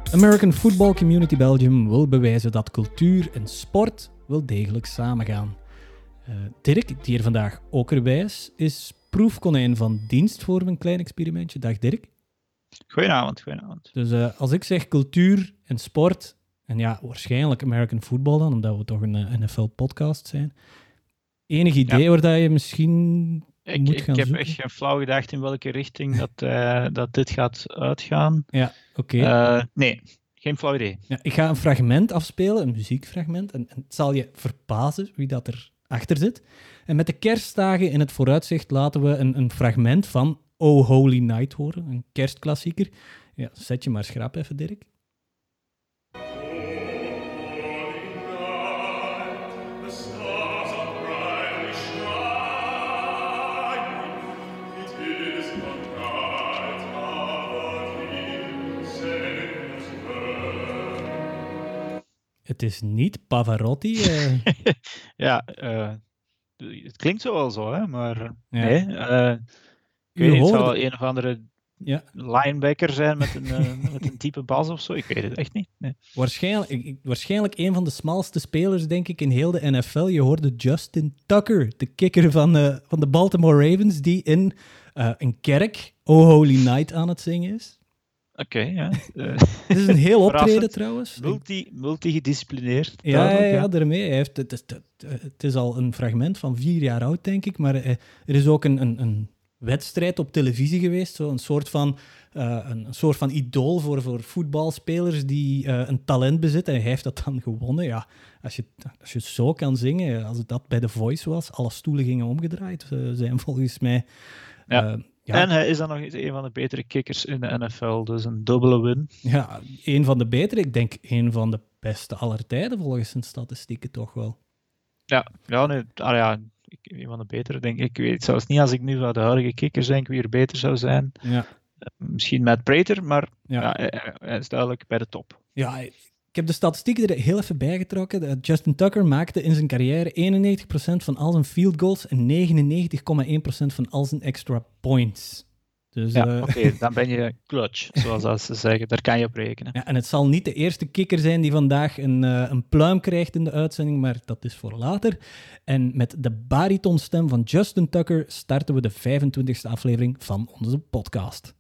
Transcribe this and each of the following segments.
American Football Community Belgium wil bewijzen dat cultuur en sport wel degelijk samengaan. Dirk, die hier vandaag ook erbij is proefkonijn van dienst voor een klein experimentje. Dag Dirk. Goedenavond. Dus als ik zeg cultuur en sport, en ja, waarschijnlijk American Football dan, omdat we toch een NFL-podcast zijn. Enig idee waar dat je misschien moet gaan Ik heb zoeken? echt geen flauw gedacht in welke richting dat dit gaat uitgaan. Ja, oké. Nee, geen flauw idee. Ja, ik ga een fragment afspelen, een muziekfragment, en het zal je verbazen wie dat er achter zit. En met de kerstdagen in het vooruitzicht laten we een fragment van Oh Holy Night horen, een kerstklassieker. Ja, zet je maar schrap even, Dirk. Het is niet Pavarotti. Ja, het klinkt zo wel zo, hè, maar Ja. nee. Ik weet niet, het zal een of andere linebacker zijn met een diepe bas of zo. Ik weet het echt niet. Nee. Waarschijnlijk een van de smalste spelers, denk ik, in heel de NFL. Je hoorde Justin Tucker, de kicker van de Baltimore Ravens, die in een kerk Oh Holy Night aan het zingen is. Oké, ja. Het is een heel optreden trouwens. Multidisciplineerd. Ja, daarmee. Het is al een fragment van 4 jaar oud, denk ik. Maar er is ook een wedstrijd op televisie geweest. Zo een soort van idool voor voetbalspelers die een talent bezitten. En hij heeft dat dan gewonnen. Ja, als je zo kan zingen, als het dat bij The Voice was, alle stoelen gingen omgedraaid. Zijn volgens mij... Ja. En hij is dan nog eens een van de betere kickers in de NFL, dus een dubbele win. Ja, een van de betere. Ik denk een van de beste aller tijden, volgens zijn statistieken toch wel. Een van de betere, denk ik. Ik weet zelfs niet, als ik nu aan de huidige kickers denk, wie er beter zou zijn. Ja. Misschien Matt Prater, maar hij is duidelijk bij de top. Ja, ik heb de statistieken er heel even bijgetrokken. Justin Tucker maakte in zijn carrière 91% van al zijn field goals en 99,1% van al zijn extra points. Dus, Oké, dan ben je clutch, zoals ze zeggen. Daar kan je op rekenen. Ja, en het zal niet de eerste kicker zijn die vandaag een pluim krijgt in de uitzending, maar dat is voor later. En met de baritonstem van Justin Tucker starten we de 25e aflevering van onze podcast.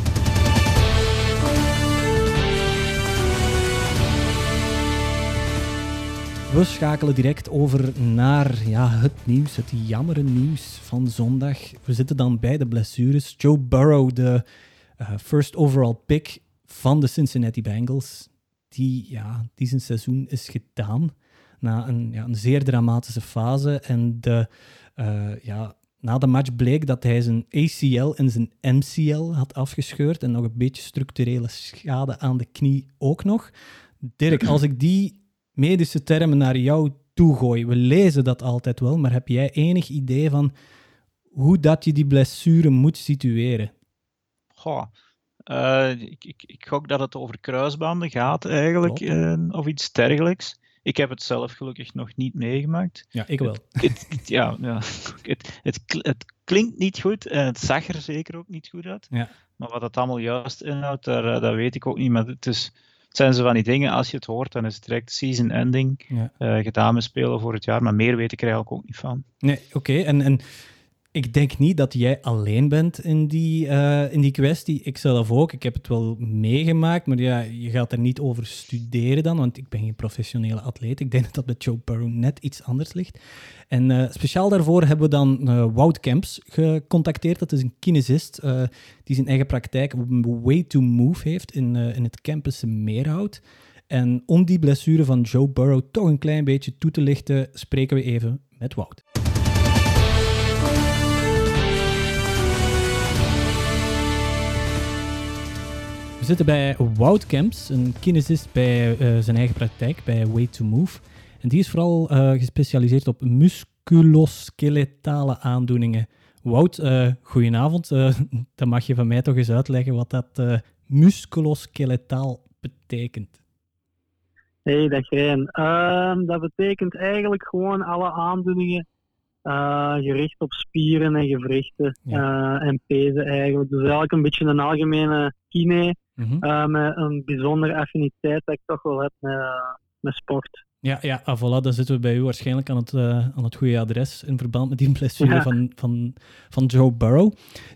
We schakelen direct over naar het nieuws, het jammere nieuws van zondag. We zitten dan bij de blessures. Joe Burrow, de first overall pick van de Cincinnati Bengals, die zijn seizoen is gedaan na een zeer dramatische fase. En na de match bleek dat hij zijn ACL en zijn MCL had afgescheurd en nog een beetje structurele schade aan de knie ook nog. Dirk, als ik die medische termen naar jou toegooi, we lezen dat altijd wel, maar heb jij enig idee van hoe dat je die blessure moet situeren? Ik gok dat het over kruisbanden gaat eigenlijk, of iets dergelijks. Ik heb het zelf gelukkig nog niet meegemaakt. Ja, ik wel. Het klinkt niet goed en het zag er zeker ook niet goed uit. Ja. Maar wat het allemaal juist inhoudt, dat weet ik ook niet. Maar het zijn zo van die dingen, als je het hoort, dan is het direct season ending. Gedaan met spelen voor het jaar, maar meer weet ik er eigenlijk ook niet van. Nee, oké. En ik denk niet dat jij alleen bent in die kwestie. Ik zelf ook. Ik heb het wel meegemaakt, maar ja, je gaat er niet over studeren dan, want ik ben geen professionele atleet. Ik denk dat dat bij Joe Burrow net iets anders ligt. En speciaal daarvoor hebben we dan Wout Kemps gecontacteerd. Dat is een kinesist die zijn eigen praktijk Way to Move heeft in het campus Meerhout. En om die blessure van Joe Burrow toch een klein beetje toe te lichten, spreken we even met Wout. We zitten bij Wout Kemps, een kinesist bij zijn eigen praktijk, bij Way to Move. En die is vooral gespecialiseerd op musculoskeletale aandoeningen. Wout, goedenavond. Dan mag je van mij toch eens uitleggen wat dat musculoskeletaal betekent. Hey, dag Rijn. Dat betekent eigenlijk gewoon alle aandoeningen gericht op spieren en gewrichten en pezen eigenlijk. Dus eigenlijk een beetje een algemene kine met een bijzondere affiniteit dat ik toch wel heb met sport. Ja, voilà, dan zitten we bij u waarschijnlijk aan het goede adres in verband met die blessure van Joe Burrow.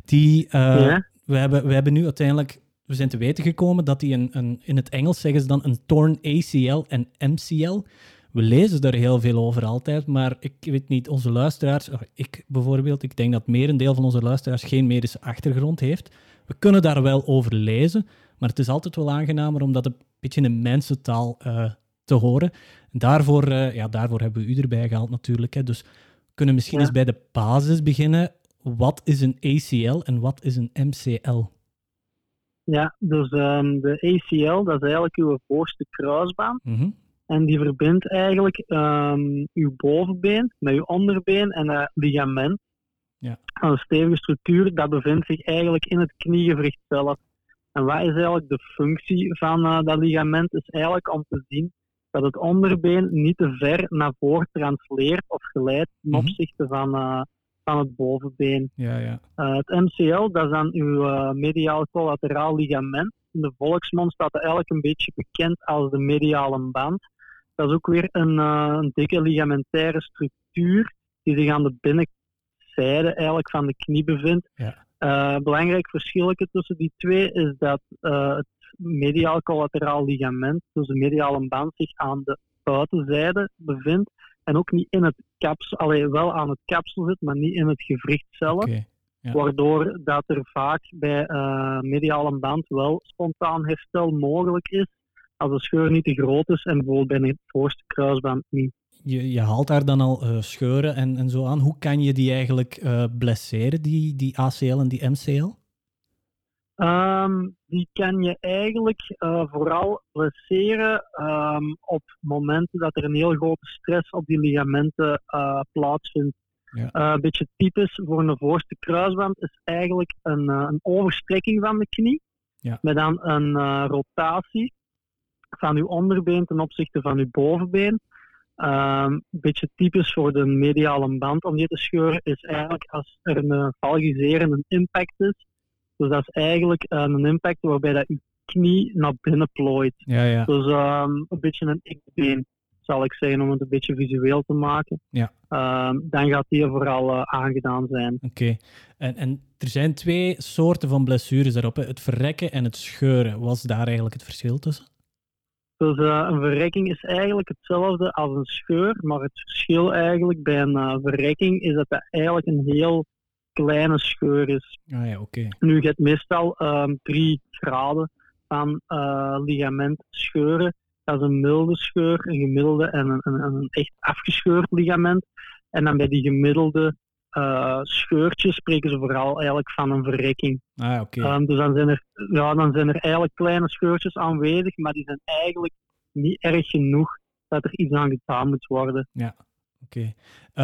We hebben nu uiteindelijk... We zijn te weten gekomen dat hij in het Engels zeggen ze dan een torn ACL en MCL. We lezen daar heel veel over altijd, maar ik weet niet, onze luisteraars, ik bijvoorbeeld, ik denk dat het merendeel van onze luisteraars geen medische achtergrond heeft. We kunnen daar wel over lezen, maar het is altijd wel aangenamer om dat een beetje in mensentaal te horen. En daarvoor hebben we u erbij gehaald natuurlijk. Hè. Dus we kunnen misschien eens bij de basis beginnen. Wat is een ACL en wat is een MCL? Ja, dus de ACL, dat is eigenlijk uw voorste kruisbaan. En die verbindt eigenlijk uw bovenbeen met uw onderbeen en het ligament. Ja. Een stevige structuur, dat bevindt zich eigenlijk in het kniegewricht zelf. En wat is eigenlijk de functie van dat ligament? Is eigenlijk om te zien dat het onderbeen niet te ver naar voren transleert of glijdt ten opzichte van het bovenbeen. Ja. Het MCL, dat is dan uw mediaal collateraal ligament. In de volksmond staat dat eigenlijk een beetje bekend als de mediale band. Dat is ook weer een dikke ligamentaire structuur die zich aan de binnenzijde eigenlijk van de knie bevindt. Ja. Belangrijk verschil tussen die twee is dat het mediaal collateraal ligament, dus de mediale band, zich aan de buitenzijde bevindt en ook niet in het kapsel, wel aan het kapsel zit, maar niet in het gewricht zelf. Okay. Ja. Waardoor dat er vaak bij mediale band wel spontaan herstel mogelijk is, als de scheur niet te groot is en bijvoorbeeld bij het voorste kruisband niet. Je haalt daar dan al scheuren en zo aan. Hoe kan je die eigenlijk blesseren, die ACL en die MCL? Die kan je eigenlijk vooral blesseren op momenten dat er een heel grote stress op die ligamenten plaatsvindt. Ja. Een beetje typisch voor een voorste kruisband is eigenlijk een overstrekking van de knie, met dan een rotatie van uw onderbeen ten opzichte van uw bovenbeen. Een beetje typisch voor de mediale band om die te scheuren is eigenlijk als er een valgiserende impact is. Dus dat is eigenlijk een impact waarbij dat je knie naar binnen plooit. Ja. Dus een beetje een ikbeen, zal ik zeggen, om het een beetje visueel te maken. Ja. Dan gaat die vooral aangedaan zijn. Oké. En er zijn 2 soorten van blessures daarop, hè? Het verrekken en het scheuren. Wat is daar eigenlijk het verschil tussen? Dus een verrekking is eigenlijk hetzelfde als een scheur, maar het verschil eigenlijk bij een verrekking is dat dat eigenlijk een heel kleine scheur is. Ah ja, oké. Nu, je hebt meestal 3 graden van ligamentscheuren. Dat is een milde scheur, een gemiddelde en een echt afgescheurd ligament. En dan bij die gemiddelde scheurtjes spreken ze vooral eigenlijk van een verrekking. Ah, oké. Dus dan zijn er eigenlijk kleine scheurtjes aanwezig, maar die zijn eigenlijk niet erg genoeg dat er iets aan gedaan moet worden. Ja, oké.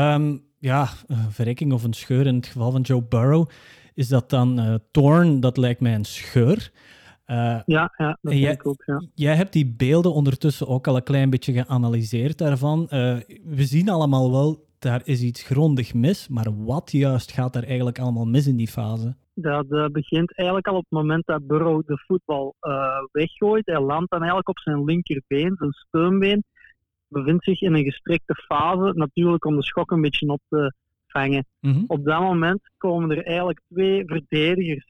Verrekking of een scheur in het geval van Joe Burrow, is dat dan torn? Dat lijkt mij een scheur. Ja, dat denk ik ook, ja. Jij hebt die beelden ondertussen ook al een klein beetje geanalyseerd daarvan. We zien allemaal wel, daar is iets grondig mis, maar wat juist gaat daar eigenlijk allemaal mis in die fase? Dat begint eigenlijk al op het moment dat Burrow de voetbal weggooit. Hij landt dan eigenlijk op zijn linkerbeen, zijn steunbeen. Bevindt zich in een gestrekte fase, natuurlijk om de schok een beetje op te vangen. Op dat moment komen er eigenlijk 2 verdedigers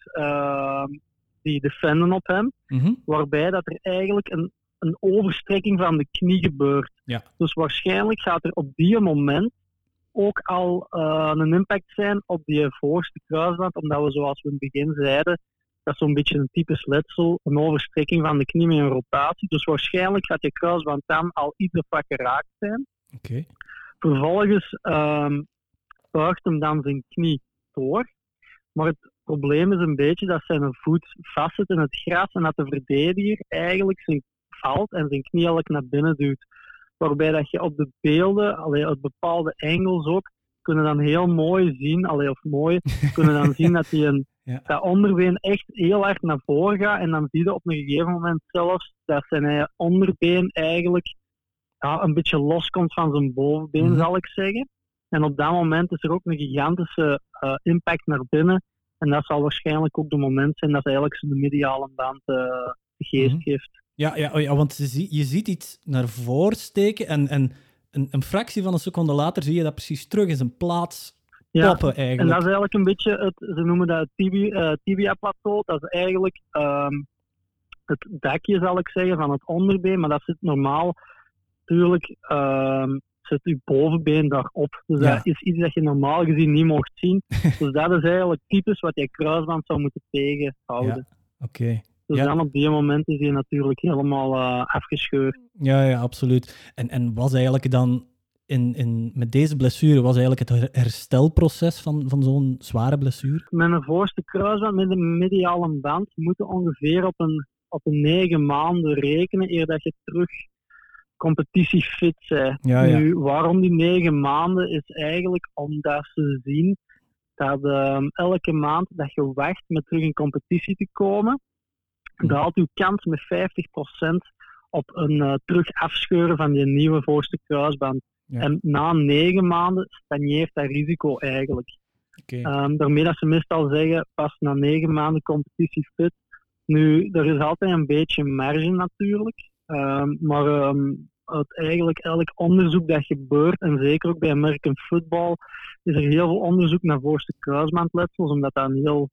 die defenden op hem, waarbij dat er eigenlijk een overstrekking van de knie gebeurt. Ja. Dus waarschijnlijk gaat er op die moment ook al een impact zijn op die voorste kruisband, omdat we, zoals we in het begin zeiden, dat is zo'n beetje een typisch letsel, een overstrekking van de knie met een rotatie. Dus waarschijnlijk gaat je kruisband dan al iets of wat geraakt zijn. Okay. Vervolgens buigt hem dan zijn knie door. Maar het probleem is een beetje dat zijn voet vastzit in het gras en dat de verdediger eigenlijk zijn valt en zijn knie eigenlijk naar binnen duwt. Waarbij dat je op de beelden, uit bepaalde angles ook, kunnen dan heel mooi zien, kunnen dan zien dat hij dat onderbeen echt heel hard naar voren gaat. En dan zie je op een gegeven moment zelfs dat zijn onderbeen eigenlijk een beetje loskomt van zijn bovenbeen, zal ik zeggen. En op dat moment is er ook een gigantische impact naar binnen. En dat zal waarschijnlijk ook de moment zijn dat eigenlijk de mediale band de geest geeft. Ja, want je ziet iets naar voren steken en een fractie van een seconde later zie je dat precies terug in zijn plaats poppen eigenlijk. En dat is eigenlijk een beetje, ze noemen dat het tibia-plateau. Dat is eigenlijk het dekje, zal ik zeggen, van het onderbeen. Maar dat zit normaal, natuurlijk, zit je bovenbeen daarop. Dus dat is iets dat je normaal gezien niet mocht zien. Dus dat is eigenlijk typisch wat je kruisband zou moeten tegenhouden. Ja, oké. Dus dan op die moment is hij natuurlijk helemaal afgescheurd. Ja, absoluut. En was eigenlijk dan, met deze blessure, was eigenlijk het herstelproces van zo'n zware blessure? Met een voorste kruisband, met een mediale band, moet je ongeveer op een 9 maanden rekenen, eer dat je terug competitiefit bent. Nu, waarom die 9 maanden is eigenlijk omdat ze zien dat elke maand dat je wacht met terug in competitie te komen, daalt uw kans met 50% op een terug afscheuren van die nieuwe voorste kruisband. Ja. En na 9 maanden stagneert dat risico eigenlijk. Daarmee dat ze meestal zeggen, pas na 9 maanden competitiefit. Nu, er is altijd een beetje marge natuurlijk. Maar eigenlijk elk onderzoek dat gebeurt, en zeker ook bij American football, is er heel veel onderzoek naar voorste kruisbandletsels, omdat dat een heel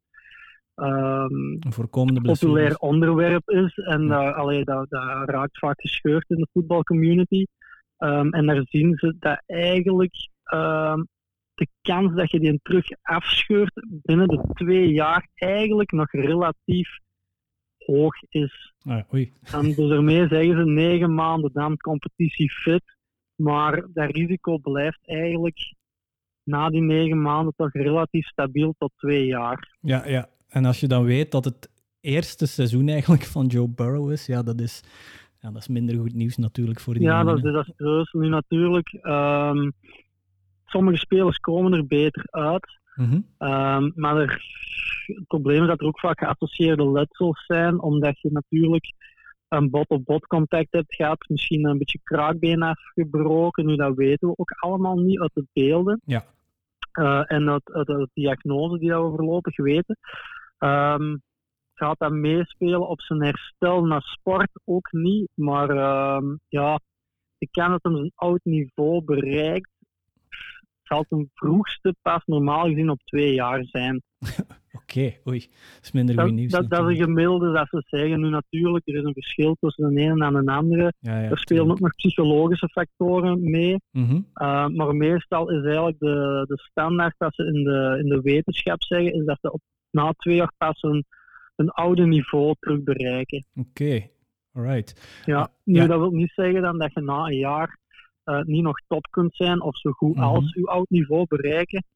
populair onderwerp is. En dat raakt vaak gescheurd in de voetbalcommunity. En daar zien ze dat eigenlijk de kans dat je die terug afscheurt binnen de 2 jaar eigenlijk nog relatief hoog is. Dus daarmee zeggen ze 9 maanden dan competitiefit, maar dat risico blijft eigenlijk na die 9 maanden toch relatief stabiel tot 2 jaar. Ja. En als je dan weet dat het eerste seizoen eigenlijk van Joe Burrow is, dat is minder goed nieuws natuurlijk voor die Ja, dat is desastreus. Nu natuurlijk, sommige spelers komen er beter uit. Maar het probleem is dat er ook vaak geassocieerde letsels zijn, omdat je natuurlijk een bot-op-bot contact hebt gehad, misschien een beetje kraakbeen afgebroken. Nu, dat weten we ook allemaal niet uit de beelden. Ja. En uit de diagnose die we voorlopig weten. Gaat dat meespelen op zijn herstel naar sport? Ook niet. Maar de kans dat hij zijn oud niveau bereikt, zal ten vroegste pas normaal gezien op 2 jaar zijn. Oké, dat is minder goed nieuws. Dat is een gemiddelde dat ze zeggen. Nu natuurlijk, er is een verschil tussen de ene en de andere. Er spelen ook nog psychologische factoren mee. Maar meestal is eigenlijk de standaard dat ze in de wetenschap zeggen, is dat ze na 2 jaar pas een oude niveau terug bereiken. Oké, alright. Dat wil niet zeggen dan dat je na een jaar niet nog top kunt zijn of zo goed als uw oud niveau bereiken.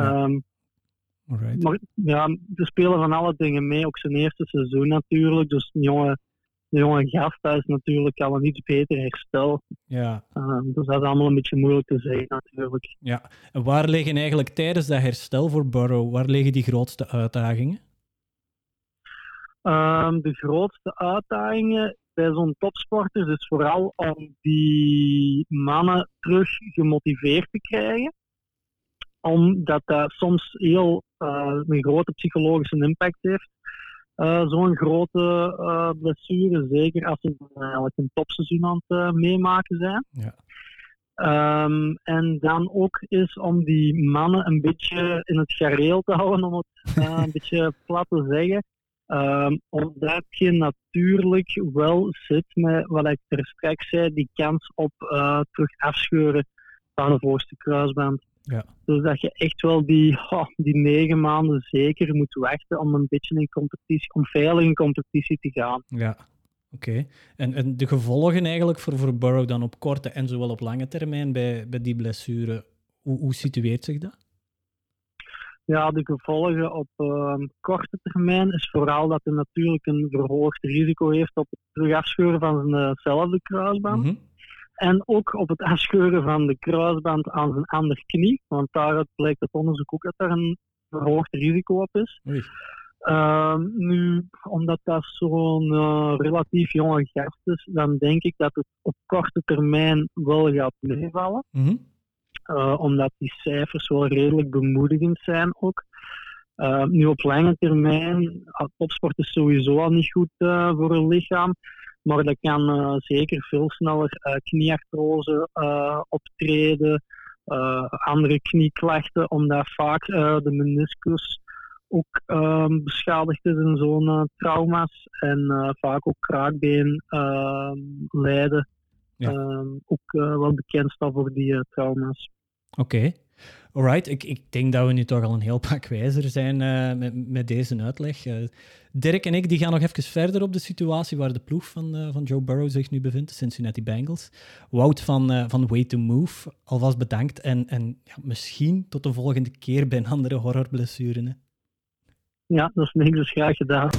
Maar er spelen van alle dingen mee, ook zijn eerste seizoen natuurlijk. Dus de jonge gast, dat is natuurlijk al een iets beter herstel. Ja. Dus dat is allemaal een beetje moeilijk te zeggen natuurlijk. Ja, en waar liggen eigenlijk tijdens dat herstel voor Burrow, waar liggen die grootste uitdagingen? De grootste uitdagingen bij zo'n topsporter is vooral om die mannen terug gemotiveerd te krijgen. Omdat dat soms heel een grote psychologische impact heeft. Zo'n grote blessure, zeker als ze eigenlijk een topseizoen aan het meemaken zijn. Ja. En dan ook is om die mannen een beetje in het gareel te houden, om het een beetje plat te zeggen. Omdat je natuurlijk wel zit met, wat ik er straks zei, die kans op terug afscheuren van de voorste kruisband. Ja. Dus dat je echt wel die 9 maanden zeker moet wachten om een beetje in competitie, om veilig in competitie te gaan. Ja, oké. En de gevolgen eigenlijk voor Burrow dan op korte en zowel op lange termijn bij die blessure, hoe situeert zich dat? Ja, de gevolgen op korte termijn is vooral dat hij natuurlijk een verhoogd risico heeft op het terug afscheuren van zijnzelfde kruisband. En ook op het afscheuren van de kruisband aan zijn andere knie. Want daaruit blijkt het onderzoek ook dat er een verhoogd risico op is. Nu, omdat dat zo'n relatief jonge gast is, dan denk ik dat het op korte termijn wel gaat meevallen. omdat die cijfers wel redelijk bemoedigend zijn ook. Nu op lange termijn, topsport is sowieso al niet goed voor het lichaam, maar dat kan zeker veel sneller knieartrose optreden, andere knieklachten, omdat vaak de meniscus ook beschadigd is in zo'n trauma's en vaak ook kraakbeen lijden. Ja. Ook wel bekend staan voor die trauma's. Oké. Alright, ik denk dat we nu toch al een heel pak wijzer zijn met deze uitleg. Dirk en ik die gaan nog even verder op de situatie waar de ploeg van Joe Burrow zich nu bevindt, de Cincinnati Bengals. Wout van Way to Move, alvast bedankt. En ja, misschien tot de volgende keer bij een andere horrorblessure. Hè? Ja, dat is niks, dus graag gedaan.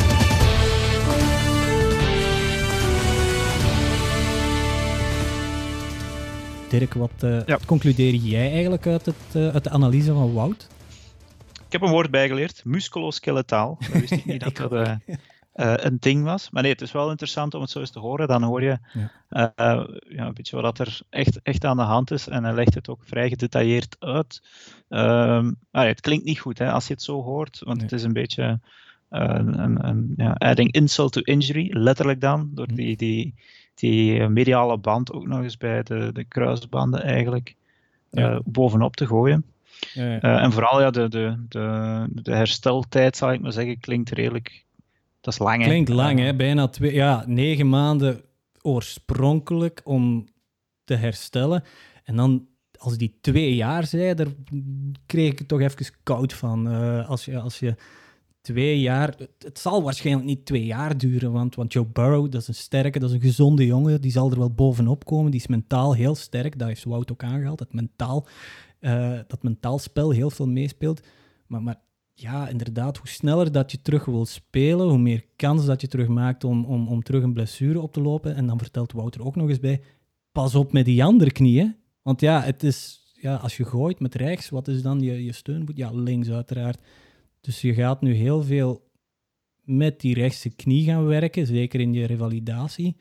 Dirk, wat concludeer jij eigenlijk uit de analyse van Wout? Ik heb een woord bijgeleerd, musculoskeletaal. Dat wist ik niet dat dat een ding was. Maar nee, het is wel interessant om het zo eens te horen. Dan hoor je een beetje wat er echt aan de hand is. En hij legt het ook vrij gedetailleerd uit. Het klinkt niet goed hè, als je het zo hoort, want het is een beetje adding insult to injury, letterlijk dan, door die mediale band ook nog eens bij de kruisbanden eigenlijk bovenop te gooien. Ja. En vooral de hersteltijd, zal ik maar zeggen, klinkt redelijk... Dat is lang, hè? Klinkt lang, hè? Bijna 9 maanden oorspronkelijk om te herstellen. En dan, als die 2 jaar zei, daar kreeg ik toch even koud van. Als je 2 jaar... Het zal waarschijnlijk niet 2 jaar duren, want Joe Burrow, dat is een sterke, dat is een gezonde jongen, die zal er wel bovenop komen. Die is mentaal heel sterk, dat heeft Wout ook aangehaald. Dat mentaal spel heel veel meespeelt. Maar ja, inderdaad, hoe sneller dat je terug wil spelen, hoe meer kans dat je terug maakt om terug een blessure op te lopen. En dan vertelt Wout er ook nog eens bij, pas op met die andere knieën. Want ja, het is, als je gooit met rechts, wat is dan je steunvoet? Ja, links uiteraard. Dus je gaat nu heel veel met die rechtse knie gaan werken, zeker in je revalidatie.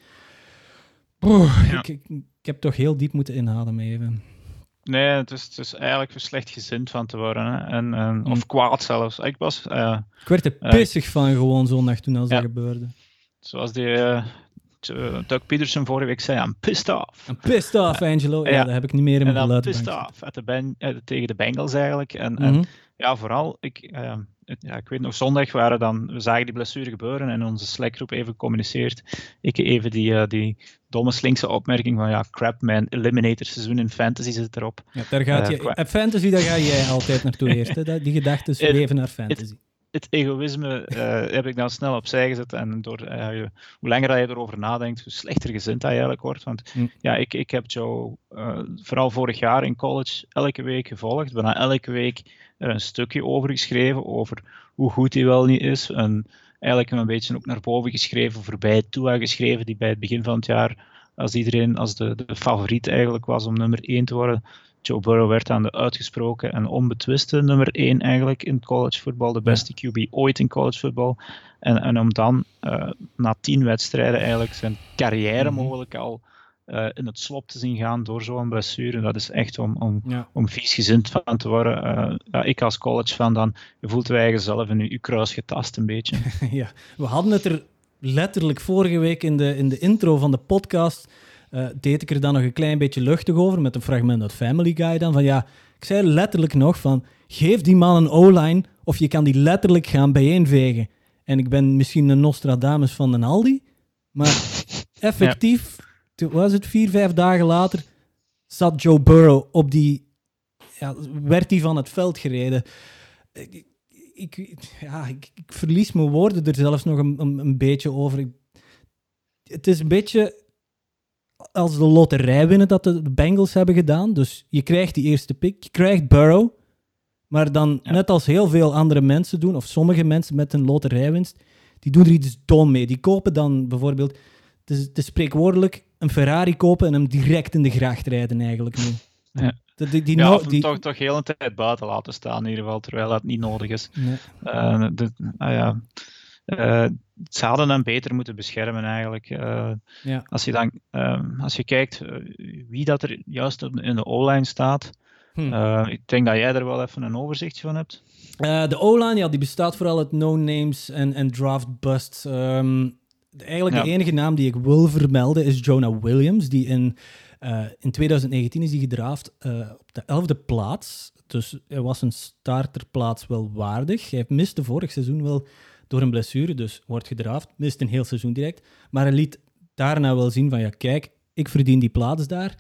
Ik heb toch heel diep moeten inademen even. Nee, het is eigenlijk slecht gezind van te worden. Hè. Of kwaad zelfs. Ik werd er pissig van gewoon zondag toen dat gebeurde. Zoals die Doug Peterson vorige week zei, I'm pissed off. I'm pissed off, Angelo. Ja, dat heb ik niet meer in mijn geluid. Pissed off tegen de Bengals eigenlijk. En vooral, ik weet nog, zondag we zagen die blessure gebeuren en in onze Slack-groep even gecommuniceerd. Ik even die domme slinkse opmerking van crap man, eliminator seizoen in fantasy zit erop. Ja, daar gaat fantasy, daar ga jij altijd naartoe eerst. Hè? Die gedachten zweven naar fantasy. Het egoïsme heb ik dan snel opzij gezet en door hoe langer je erover nadenkt, hoe slechter gezind hij eigenlijk wordt. Want ik heb Joe vooral vorig jaar in college elke week gevolgd, bijna elke week er een stukje over geschreven, over hoe goed hij wel niet is. En eigenlijk een beetje ook naar boven geschreven, voorbij Tua geschreven, die bij het begin van het jaar, als de favoriet eigenlijk was om nummer 1 te worden. Joe Burrow werd aan de uitgesproken en onbetwiste nummer 1 eigenlijk in collegevoetbal, de beste QB ooit in collegevoetbal. En om dan na 10 wedstrijden eigenlijk zijn carrière mogelijk al in het slop te zien gaan door zo'n blessure, dat is echt om viesgezind van te worden. Ik als collegefan dan, je voelt je eigen zelf in je kruis getast een beetje. Ja, we hadden het er letterlijk vorige week in de intro van de podcast... deed ik er dan nog een klein beetje luchtig over met een fragment uit Family Guy dan. Van ik zei letterlijk nog van, geef die man een O-line of je kan die letterlijk gaan bijeenvegen. En ik ben misschien een Nostradamus van een Aldi, maar effectief, toen was het 4-5 dagen later, zat Joe Burrow op werd hij van het veld gereden. Ik verlies mijn woorden er zelfs nog een beetje over. Het is een beetje... als de loterij winnen dat de Bengals hebben gedaan. Dus je krijgt die eerste pick, je krijgt Burrow. Maar dan, net als heel veel andere mensen doen, of sommige mensen met een loterijwinst, die doen er iets dom mee. Die kopen dan bijvoorbeeld, het is spreekwoordelijk, een Ferrari kopen en hem direct in de gracht rijden eigenlijk nu. Ja. Toch heel een tijd buiten laten staan in ieder geval, terwijl dat niet nodig is. Nee. Ze hadden hem beter moeten beschermen eigenlijk. Als je kijkt wie dat er juist in de O-line staat, Ik denk dat jij er wel even een overzichtje van hebt. De O-line, die bestaat vooral uit no-names en draft busts. Eigenlijk de enige naam die ik wil vermelden is Jonah Williams, die in 2019 is die gedraft op de 11e plaats. Dus hij was een starterplaats wel waardig. Hij miste vorig seizoen wel door een blessure, dus wordt gedraft. Mist een heel seizoen direct. Maar hij liet daarna wel zien van, kijk, ik verdien die plaats daar.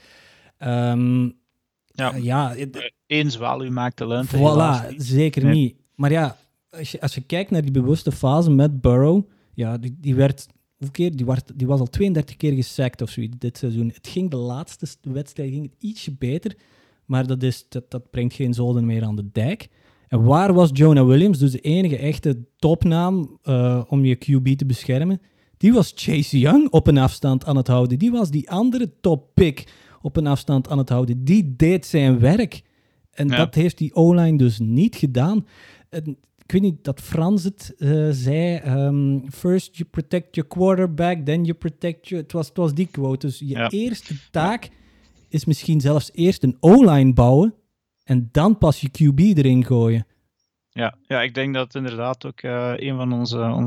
Eén zwaluw maakt talent. Voilà, zeker niet. Maar als je kijkt naar die bewuste fase met Burrow, die werd... Die was al 32 keer gesackt of zoiets dit seizoen. Het ging de laatste wedstrijd ging het ietsje beter, maar dat brengt geen zoden meer aan de dijk. En waar was Jonah Williams, dus de enige echte topnaam om je QB te beschermen? Die was Chase Young op een afstand aan het houden. Die was die andere toppick op een afstand aan het houden. Die deed zijn werk. En dat heeft die O-line dus niet gedaan. Ik weet niet dat Frans het zei. First you protect your quarterback, then you protect your... Het was die quote. Dus je eerste taak is misschien zelfs eerst een O-line bouwen en dan pas je QB erin gooien. Ja, ik denk dat inderdaad ook een van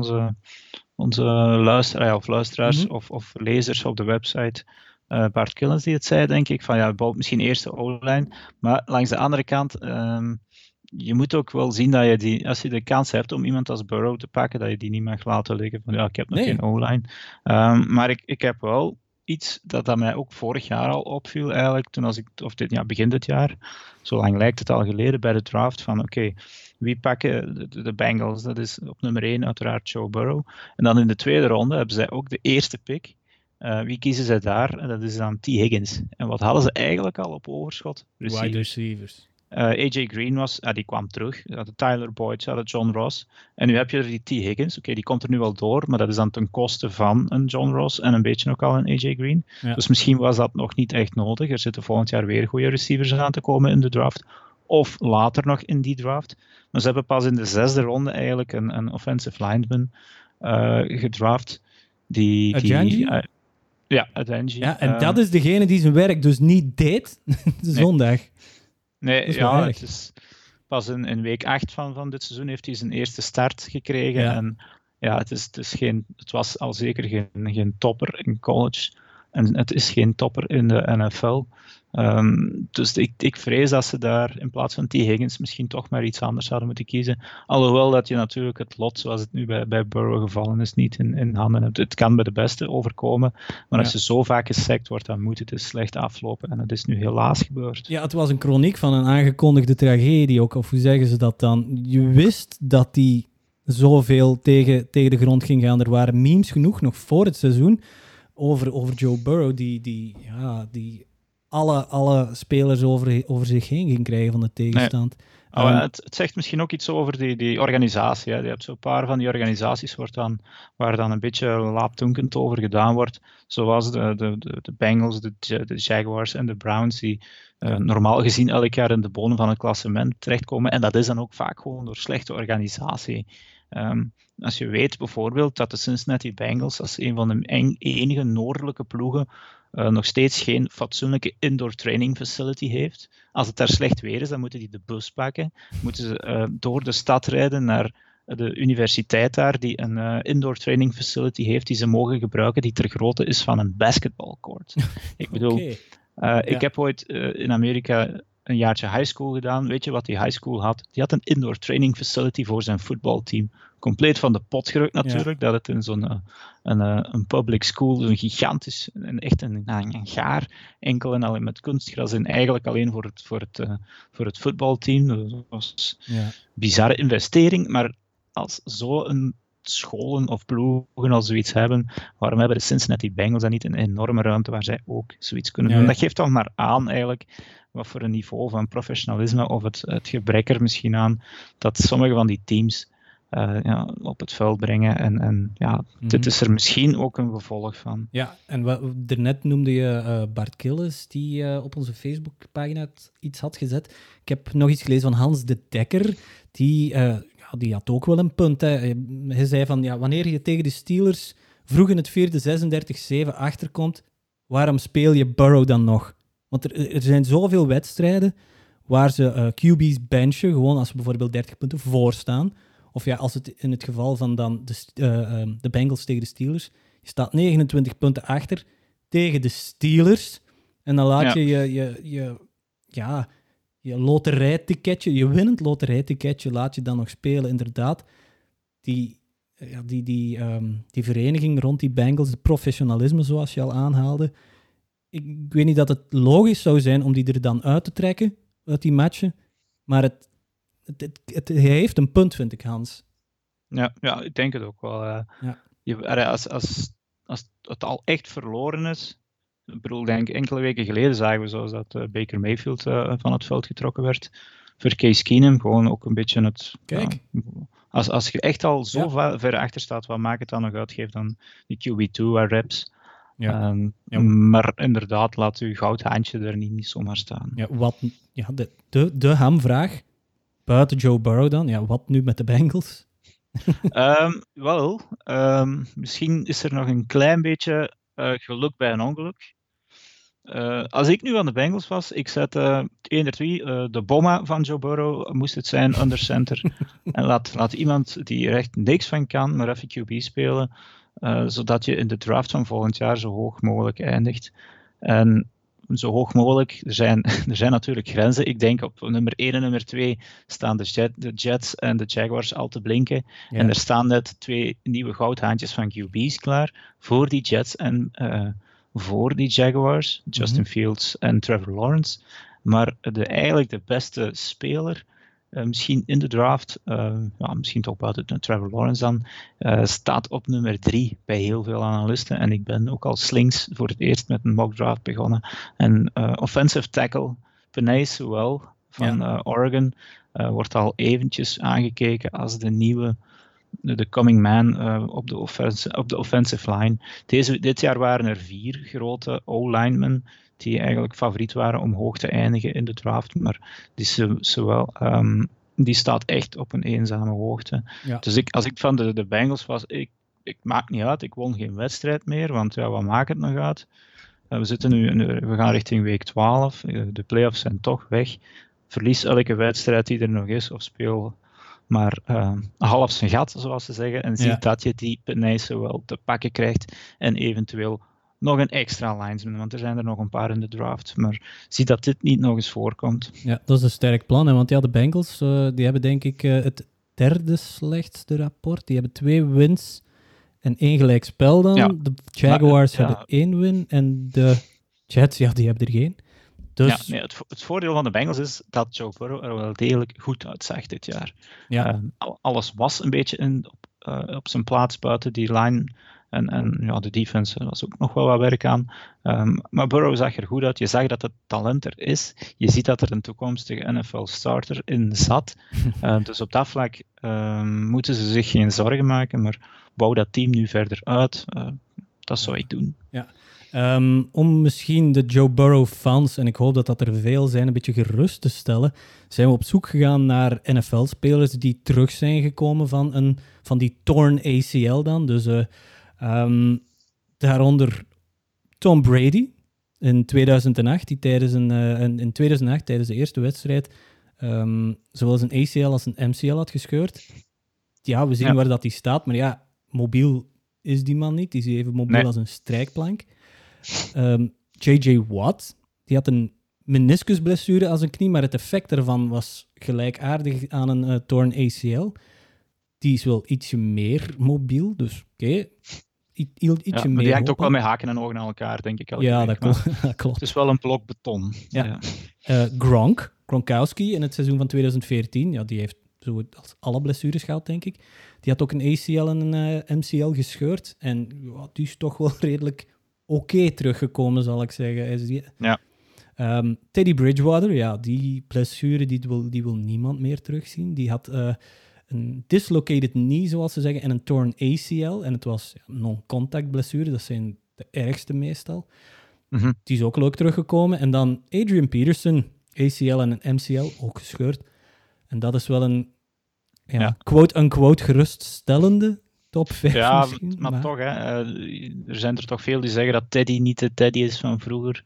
onze luisteraars of lezers op de website, Bart Killens, die het zei, denk ik, van bouw misschien eerst de O-line. Maar langs de andere kant... je moet ook wel zien dat je als je de kans hebt om iemand als Burrow te pakken, dat je die niet mag laten liggen. Van ik heb nog geen O-line. Maar ik heb wel iets dat mij ook vorig jaar al opviel eigenlijk, begin dit jaar, zo lang lijkt het al geleden bij de draft, van wie pakken de Bengals? Dat is op nummer 1 uiteraard Joe Burrow. En dan in de tweede ronde hebben zij ook de eerste pick. Wie kiezen zij daar? En dat is dan T. Higgins. En wat hadden ze eigenlijk al op overschot? Wide receivers. AJ Green die kwam terug. Ze hadden Tyler Boyd, ze hadden John Ross. En nu heb je er die T. Higgins. Die komt er nu wel door, maar dat is dan ten koste van een John Ross en een beetje ook al een AJ Green. Ja. Dus misschien was dat nog niet echt nodig. Er zitten volgend jaar weer goede receivers aan te komen in de draft. Of later nog in die draft. Maar ze hebben pas in de 6e ronde eigenlijk een offensive lineman gedraft. Adenji? Adenji. Ja, en dat is degene die zijn werk dus niet deed zondag. Nee, het is pas in week 8 van dit seizoen heeft hij zijn eerste start gekregen. Ja. En het was al zeker geen topper in college. En het is geen topper in de NFL. Dus ik vrees dat ze daar in plaats van T. Higgins misschien toch maar iets anders zouden moeten kiezen. Alhoewel dat je natuurlijk het lot, zoals het nu bij Burrow gevallen is, niet in handen hebt. Het kan bij de beste overkomen, maar als je zo vaak gesackt wordt, dan moet het dus slecht aflopen. En dat is nu helaas gebeurd. Ja, het was een chroniek van een aangekondigde tragedie ook. Of hoe zeggen ze dat dan? Je wist dat die zoveel tegen de grond ging gaan. Er waren memes genoeg nog voor het seizoen over Joe Burrow, die alle spelers over zich heen ging krijgen van de tegenstand. Nee. Het zegt misschien ook iets over die organisatie. Hè. Je hebt zo'n paar van die organisaties waar dan een beetje laaptonkend over gedaan wordt. Zoals de Bengals, de Jaguars en de Browns, die normaal gezien elk jaar in de bodem van het klassement terechtkomen. En dat is dan ook vaak gewoon door slechte organisatie. Als je weet bijvoorbeeld dat de Cincinnati Bengals als een van de enige noordelijke ploegen nog steeds geen fatsoenlijke indoor training facility heeft. Als het daar slecht weer is, dan moeten die de bus pakken. Moeten ze door de stad rijden naar de universiteit daar, die een indoor training facility heeft, die ze mogen gebruiken, die ter grootte is van een basketbalcourt. Ik bedoel, ik heb ooit in Amerika een jaartje high school gedaan. Weet je wat die high school had? Die had een indoor training facility voor zijn voetbalteam. Compleet van de pot gerukt natuurlijk, dat het in zo'n een public school, zo'n gigantisch, echt een gaar, enkel en alleen met kunstgras en eigenlijk alleen voor het voetbalteam. Dat was een bizarre investering, maar als zo'n scholen of ploegen al zoiets hebben, waarom hebben de Cincinnati Bengals dan niet een enorme ruimte waar zij ook zoiets kunnen doen? Dat geeft dan maar aan eigenlijk wat voor een niveau van professionalisme of het gebrek er misschien aan dat sommige van die teams op het veld brengen. En dit is er misschien ook een gevolg van. Ja, en daarnet noemde je Bart Killens, die op onze Facebookpagina iets had gezet. Ik heb nog iets gelezen van Hans de Dekker, die had ook wel een punt. Hè. Hij zei van, wanneer je tegen de Steelers vroeg in het vierde 36-7 achterkomt, waarom speel je Burrow dan nog? Want er zijn zoveel wedstrijden waar ze QB's benchen, gewoon als ze bijvoorbeeld 30 punten voor staan. Of ja, als het in het geval van dan de Bengals tegen de Steelers, je staat 29 punten achter tegen de Steelers. En dan laat je loterijticketje, je winnend loterijticketje, laat je dan nog spelen. Inderdaad, die vereniging rond die Bengals, het professionalisme zoals je al aanhaalde. Ik weet niet dat het logisch zou zijn om die er dan uit te trekken, uit die matchen. Maar hij heeft een punt, vind ik, Hans. Ja, ik denk het ook wel. Als het al echt verloren is... Ik bedoel, denk enkele weken geleden zagen we zoals dat Baker Mayfield van het veld getrokken werd. Voor Case Keenum, gewoon ook een beetje het... Kijk. Als je echt al zo ver achter staat, wat maakt het dan nog uit? Geef dan die QB2 reps. Ja. Maar inderdaad, laat uw goudhaantje er niet zomaar staan. Ja, de hamvraag, buiten Joe Burrow dan, wat nu met de Bengals? Misschien is er nog een klein beetje geluk bij een ongeluk. Als ik nu aan de Bengals was, ik zet de bomma van Joe Burrow, moest het zijn, under center. En laat iemand die er echt niks van kan, maar even QB spelen, zodat je in de draft van volgend jaar zo hoog mogelijk eindigt. En zo hoog mogelijk, er zijn natuurlijk grenzen. Ik denk op nummer 1 en nummer 2 staan de Jets en de Jaguars al te blinken. Ja. En er staan net 2 nieuwe goudhaantjes van QB's klaar voor die Jets en voor die Jaguars, Justin Fields en Trevor Lawrence. Maar eigenlijk de beste speler, misschien in de draft, misschien toch buiten Trevor Lawrence dan, staat op nummer 3 bij heel veel analisten. En ik ben ook al slinks voor het eerst met een mock draft begonnen. En offensive tackle, Penei Sewell van Oregon, wordt al eventjes aangekeken als de nieuwe... de coming man op de offensive line. Dit jaar waren er 4 grote O-linemen die eigenlijk favoriet waren om hoog te eindigen in de draft, maar die staat echt op een eenzame hoogte. Ja. Dus als ik van de Bengals was, ik maak niet uit, ik won geen wedstrijd meer, want wat maakt het nog uit? We gaan richting week 12, de playoffs zijn toch weg. Verlies elke wedstrijd die er nog is, of speel maar half zijn gat, zoals ze zeggen, en ziet dat je die Penijzen wel te pakken krijgt en eventueel nog een extra linesman, want er zijn er nog een paar in de draft, maar zie dat dit niet nog eens voorkomt. Ja, dat is een sterk plan, hè, want de Bengals, die hebben denk ik het 3e slechtste rapport. Die hebben 2 wins en 1 gelijkspel dan. Ja. De Jaguars hebben 1 win en de Jets, die hebben er geen. Dus... Ja, het voordeel van de Bengals is dat Joe Burrow er wel degelijk goed uitzag dit jaar. Ja. Alles was een beetje op zijn plaats buiten die line. En de defense was ook nog wel wat werk aan. Maar Burrow zag er goed uit. Je zag dat het talent er is. Je ziet dat er een toekomstige NFL-starter in zat. Dus op dat vlak moeten ze zich geen zorgen maken. Maar bouw dat team nu verder uit. Dat zou ik doen. Ja. Om misschien de Joe Burrow-fans, en ik hoop dat er veel zijn, een beetje gerust te stellen, zijn we op zoek gegaan naar NFL-spelers die terug zijn gekomen van die torn ACL dan. Dus daaronder Tom Brady in 2008, die in 2008 tijdens de eerste wedstrijd zowel zijn ACL als een MCL had gescheurd. Ja, we zien waar dat die staat, maar mobiel is die man niet. Die is even mobiel als een strijkplank. J.J. Watt, die had een meniscusblessure aan zijn knie, maar het effect ervan was gelijkaardig aan een torn ACL. Die is wel ietsje meer mobiel, dus oké. Ietsje meer die hangt ook wel met haken en ogen aan elkaar, denk ik. Dat klopt. Het is wel een blok beton. Ja. Gronkowski in het seizoen van 2014, die heeft zo als alle blessures gehad, denk ik. Die had ook een ACL en een MCL gescheurd. En die is toch wel redelijk oké teruggekomen, zal ik zeggen. Teddy Bridgewater, die blessure die wil niemand meer terugzien. Die had een dislocated knee, zoals ze zeggen, en een torn ACL. En het was non-contact blessure, dat zijn de ergste meestal. Mm-hmm. Die is ook leuk teruggekomen. En dan Adrian Peterson, ACL en een MCL, ook gescheurd. En dat is wel een quote-unquote geruststellende top 5 misschien. Maar toch, er zijn er toch veel die zeggen dat Teddy niet de Teddy is van vroeger. Ja.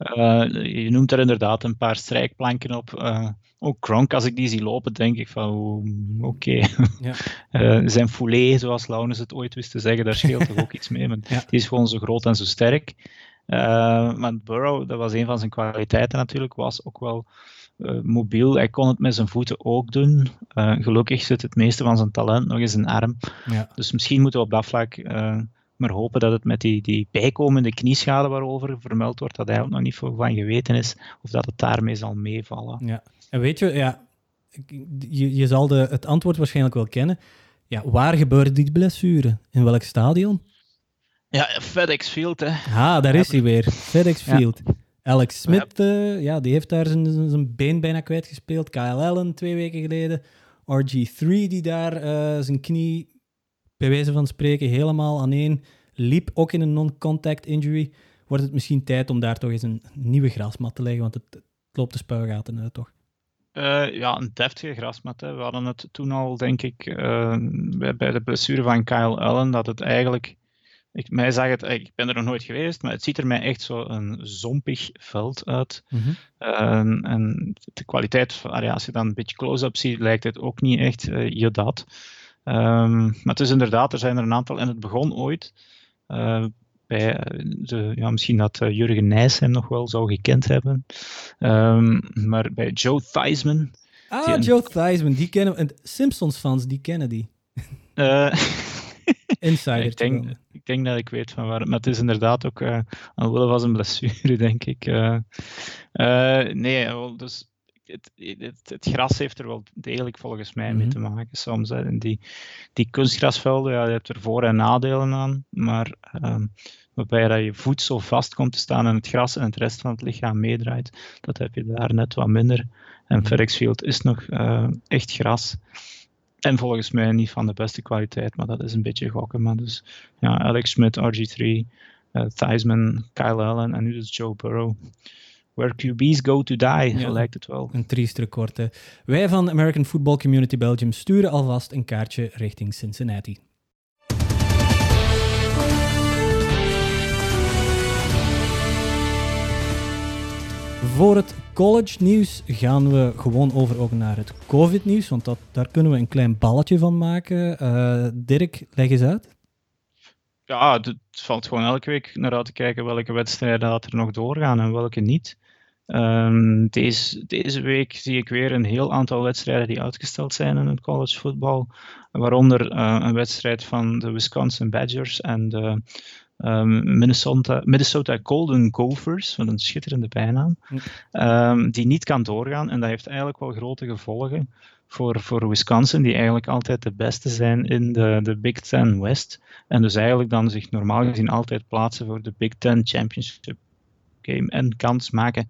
Je noemt er inderdaad een paar strijkplanken op. Ook Gronk, als ik die zie lopen, denk ik van oké. Ja. Zijn foulet, zoals Launus het ooit wist te zeggen, daar scheelt toch ook iets mee. Maar die is gewoon zo groot en zo sterk. Maar Burrow, dat was een van zijn kwaliteiten natuurlijk, was ook wel mobiel. Hij kon het met zijn voeten ook doen. Gelukkig zit het meeste van zijn talent nog in zijn arm. Ja. Dus misschien moeten we op dat vlak maar hopen dat het met die bijkomende knieschade waarover vermeld wordt, dat hij ook nog niet veel van geweten is, of dat het daarmee zal meevallen. Ja. En weet je, je zal het antwoord waarschijnlijk wel kennen. Ja, waar gebeurde die blessure? In welk stadion? Ja, FedEx Field, hè. Daar is hij weer. FedEx Field. Ja. Alex Smith, die heeft daar zijn been bijna kwijtgespeeld. Kyle Allen 2 weken geleden. RG3, die daar zijn knie, bij wijze van spreken, helemaal aan één liep. Ook in een non-contact injury. Wordt het misschien tijd om daar toch eens een nieuwe grasmat te leggen, want het loopt de spuigaten uit, toch? Een deftige grasmat. Hè. We hadden het toen al, denk ik, bij de blessure van Kyle Allen, dat het eigenlijk... Ik ben er nog nooit geweest, maar het ziet er mij echt zo een zompig veld uit. Mm-hmm. En de kwaliteit, als je dan een beetje close-up ziet, lijkt het ook niet echt dat. Maar het is inderdaad, er zijn er een aantal, en het begon ooit bij misschien dat Jurgen Nijs hem nog wel zou gekend hebben. Maar bij Joe Theismann. Joe Theismann, die kennen we. En Simpsons-fans, die kennen die. Insider. Ik denk dat ik weet van waar. Maar het is inderdaad ook aan wille van zijn blessure, denk ik. Dus het gras heeft er wel degelijk volgens mij mee te maken soms. Hè. En die kunstgrasvelden, je hebt er voor- en nadelen aan. Maar waarbij dat je voet zo vast komt te staan in het gras en het rest van het lichaam meedraait, dat heb je daar net wat minder. En FedEx Field is nog echt gras. En volgens mij niet van de beste kwaliteit, maar dat is een beetje gokken. Maar dus, Alex Smith, RG3, Theismann, Kyle Allen en nu dus Joe Burrow. Where QB's go to die, zo lijkt het wel. Een triest record, hè. Wij van American Football Community Belgium sturen alvast een kaartje richting Cincinnati. Voor het college nieuws gaan we gewoon over ook naar het COVID nieuws, want daar kunnen we een klein balletje van maken. Dirk, leg eens uit. Ja, het valt gewoon elke week naar uit te kijken welke wedstrijden dat er nog doorgaan en welke niet. Deze week zie ik weer een heel aantal wedstrijden die uitgesteld zijn in het college voetbal. Waaronder een wedstrijd van de Wisconsin Badgers en de Minnesota Golden Gophers, wat een schitterende bijnaam, die niet kan doorgaan. En dat heeft eigenlijk wel grote gevolgen voor Wisconsin, die eigenlijk altijd de beste zijn in de Big Ten West. En dus eigenlijk dan zich normaal gezien altijd plaatsen voor de Big Ten Championship game en kans maken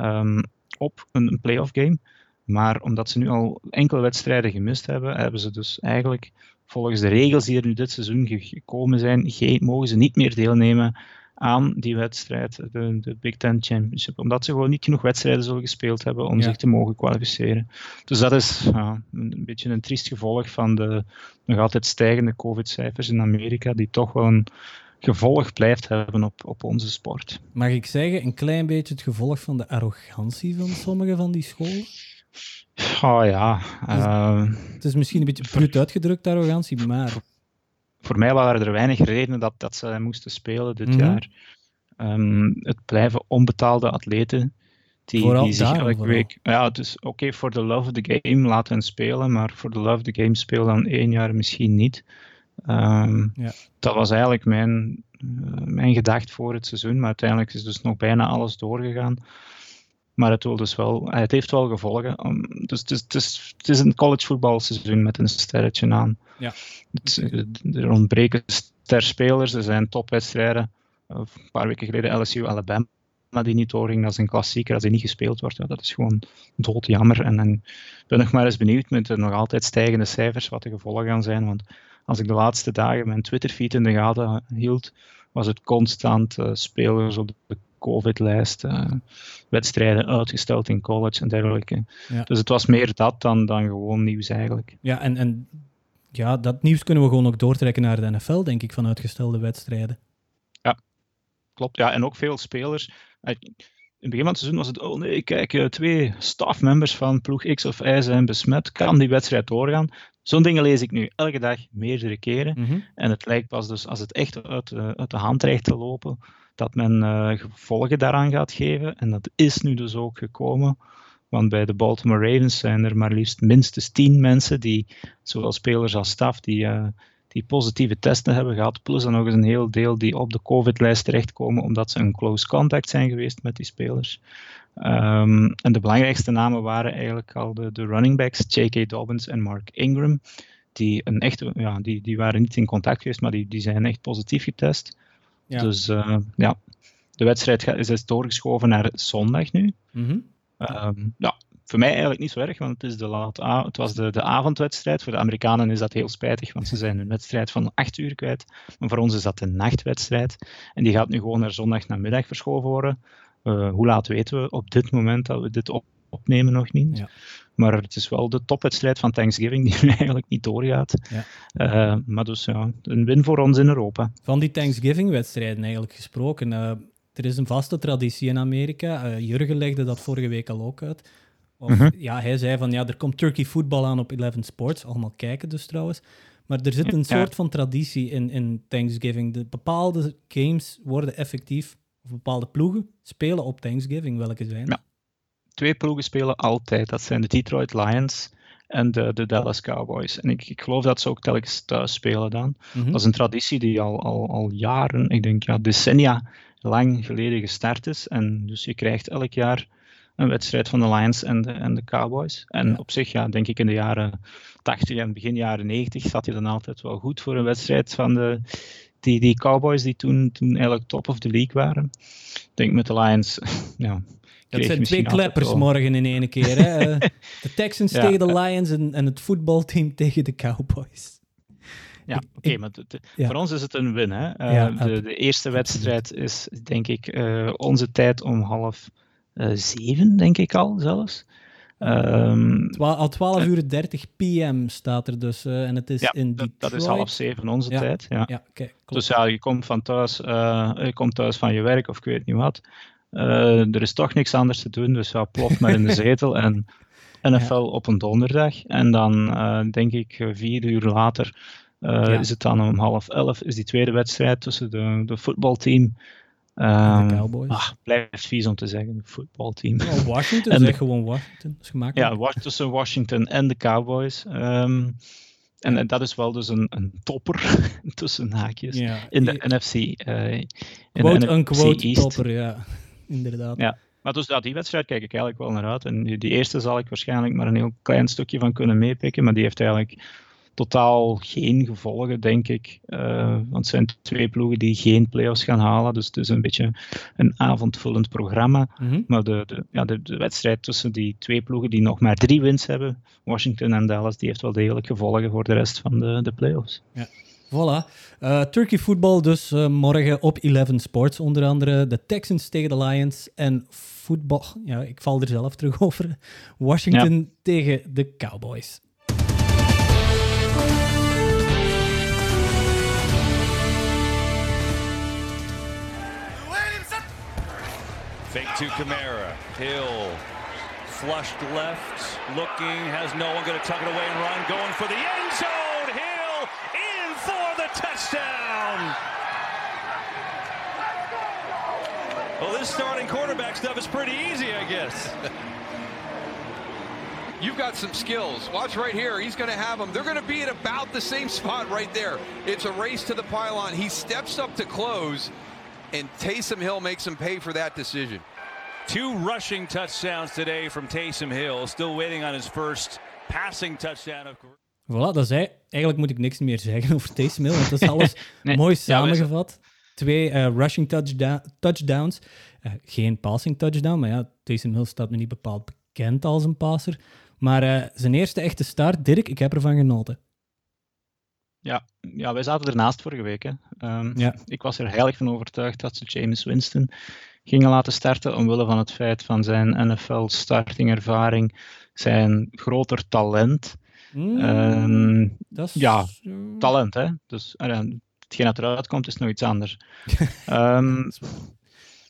op een playoff game. Maar omdat ze nu al enkele wedstrijden gemist hebben, hebben ze dus eigenlijk volgens de regels die er nu dit seizoen gekomen zijn, mogen ze niet meer deelnemen aan die wedstrijd, de Big Ten Championship, omdat ze gewoon niet genoeg wedstrijden zullen gespeeld hebben om zich te mogen kwalificeren. Dus dat is een beetje een triest gevolg van de nog altijd stijgende COVID-cijfers in Amerika, die toch wel een gevolg blijft hebben op onze sport. Mag ik zeggen, een klein beetje het gevolg van de arrogantie van sommige van die scholen? Oh ja. Het is misschien een beetje bruut uitgedrukt, arrogantie, maar... Voor mij waren er weinig redenen dat ze moesten spelen dit jaar. Het blijven onbetaalde atleten die zich elke week... Ja, dus oké, voor the love of the game laten hen spelen, maar voor the love of the game speel dan 1 jaar misschien niet. Dat was eigenlijk mijn gedachte voor het seizoen, maar uiteindelijk is dus nog bijna alles doorgegaan. Maar het heeft wel gevolgen. Dus het is een collegevoetbalseizoen met een sterretje aan. Ja. Er ontbreken sterspelers, er zijn topwedstrijden. Een paar weken geleden LSU Alabama die niet doorging, dat is een klassieker. Als die niet gespeeld wordt, dat is gewoon doodjammer. En dan ben ik maar eens benieuwd met de nog altijd stijgende cijfers wat de gevolgen gaan zijn. Want als ik de laatste dagen mijn Twitterfeed in de gaten hield, was het constant spelers op de COVID-lijst, wedstrijden uitgesteld in college en dergelijke. Ja. Dus het was meer dat dan gewoon nieuws eigenlijk. Ja, en dat nieuws kunnen we gewoon ook doortrekken naar de NFL, denk ik, van uitgestelde wedstrijden. Ja, klopt. Ja, en ook veel spelers. het begin van het seizoen was het, oh nee, kijk, 2 staffmembers van ploeg X of Y zijn besmet, kan die wedstrijd doorgaan? Zo'n dingen lees ik nu elke dag meerdere keren. Mhm. En het lijkt pas dus, als het echt uit de hand dreigt te lopen, dat men gevolgen daaraan gaat geven. En dat is nu dus ook gekomen. Want bij de Baltimore Ravens zijn er maar liefst minstens 10 mensen, zowel spelers als staf, die positieve testen hebben gehad. Plus dan nog eens een heel deel die op de COVID-lijst terechtkomen, omdat ze een close contact zijn geweest met die spelers. En de belangrijkste namen waren eigenlijk al de running backs, J.K. Dobbins en Mark Ingram. Die waren niet in contact geweest, maar die zijn echt positief getest. Ja. Dus de wedstrijd is doorgeschoven naar zondag nu. Mhm. Voor mij eigenlijk niet zo erg, want het was de avondwedstrijd. Voor de Amerikanen is dat heel spijtig, want ze zijn een wedstrijd van 8 uur kwijt. Maar voor ons is dat de nachtwedstrijd. En die gaat nu gewoon naar zondagnamiddag verschoven worden. Hoe laat weten we op dit moment dat we dit opnemen nog niet. Ja. Maar het is wel de topwedstrijd van Thanksgiving die nu eigenlijk niet doorgaat. Ja. Maar dus een win voor ons in Europa. Van die Thanksgiving-wedstrijden eigenlijk gesproken. Er is een vaste traditie in Amerika. Jurgen legde dat vorige week al ook uit. Hij zei van er komt turkey football aan op 11 Sports. Allemaal kijken dus trouwens. Maar er zit een soort van traditie in Thanksgiving. De bepaalde games worden effectief, of bepaalde ploegen spelen op Thanksgiving. Welke zijn? Ja. 2 ploegen spelen altijd. Dat zijn de Detroit Lions en de Dallas Cowboys. En ik geloof dat ze ook telkens thuis spelen dan. Dat is een traditie die al jaren, ik denk decennia lang geleden gestart is. En dus je krijgt elk jaar een wedstrijd van de Lions en de Cowboys. En op zich, denk ik in de jaren 80 en begin jaren 90 zat je dan altijd wel goed voor een wedstrijd van die Cowboys die toen eigenlijk top of the league waren. Ik denk met de Lions, dat zijn 2 kleppers morgen in één keer. Hè? De Texans tegen de Lions en het voetbalteam tegen de Cowboys. Ja, oké, maar voor ons is het een win. Hè? De eerste wedstrijd is, denk ik, onze tijd om 6:30, denk ik al zelfs. Al 12:30 p.m. staat er dus. En het is in Detroit. Dat is 6:30 onze tijd. Ja. Okay, dus je komt van thuis, van je werk of ik weet niet wat. Er is toch niks anders te doen, dus plof maar in de zetel en NFL op een donderdag. En dan denk ik 4 uur later is het dan om 10:30 is die tweede wedstrijd tussen de voetbalteam. De Cowboys. Blijft vies om te zeggen, voetbalteam. Washington, zeg gewoon Washington. Dat is gemakkelijk. Ja, tussen Washington en de Cowboys. En dat is wel dus een topper, tussen haakjes, in de NFC. Quote-unquote topper, ja. Inderdaad. Ja, maar dus die wedstrijd kijk ik eigenlijk wel naar uit. En die eerste zal ik waarschijnlijk maar een heel klein stukje van kunnen meepikken, maar die heeft eigenlijk totaal geen gevolgen, denk ik. Want het zijn 2 ploegen die geen play-offs gaan halen, dus het is een beetje een avondvullend programma. Maar de wedstrijd tussen die 2 ploegen die nog maar 3 wins hebben, Washington en Dallas, die heeft wel degelijk gevolgen voor de rest van de play-offs. Ja. Voilà. Turkey football dus morgen op 11 Sports. Onder andere de Texans tegen de Lions en voetbal. Ja, ik val er zelf terug over. Washington tegen de Cowboys. Fake to Kamara. Hill. Flushed left. Looking. Has no one going to tuck it away and run. Going for the end zone. Hill in for the touchdown. Well, this starting quarterback stuff is pretty easy, I guess. You've got some skills. Watch right here. He's going to have them. They're going to be at about the same spot right there. It's a race to the pylon. He steps up to close, and Taysom Hill makes him pay for that decision. 2 rushing touchdowns today from Taysom Hill. Still waiting on his first passing touchdown. Voilà, dat is hij. Eigenlijk moet ik niks meer zeggen over Taysom Hill, want dat is alles mooi samengevat. 2 rushing touchdowns. Geen passing touchdown, maar Taysom Hill staat me niet bepaald bekend als een passer. Maar zijn eerste echte start, Dirk, ik heb ervan genoten. Ja, wij zaten ernaast vorige week. Hè. Ik was er eigenlijk van overtuigd dat ze Jameis Winston gingen laten starten, omwille van het feit van zijn NFL-starting-ervaring, zijn groter talent. Dat is... Ja, talent, hè. Dus hetgeen dat eruit komt, is nog iets anders.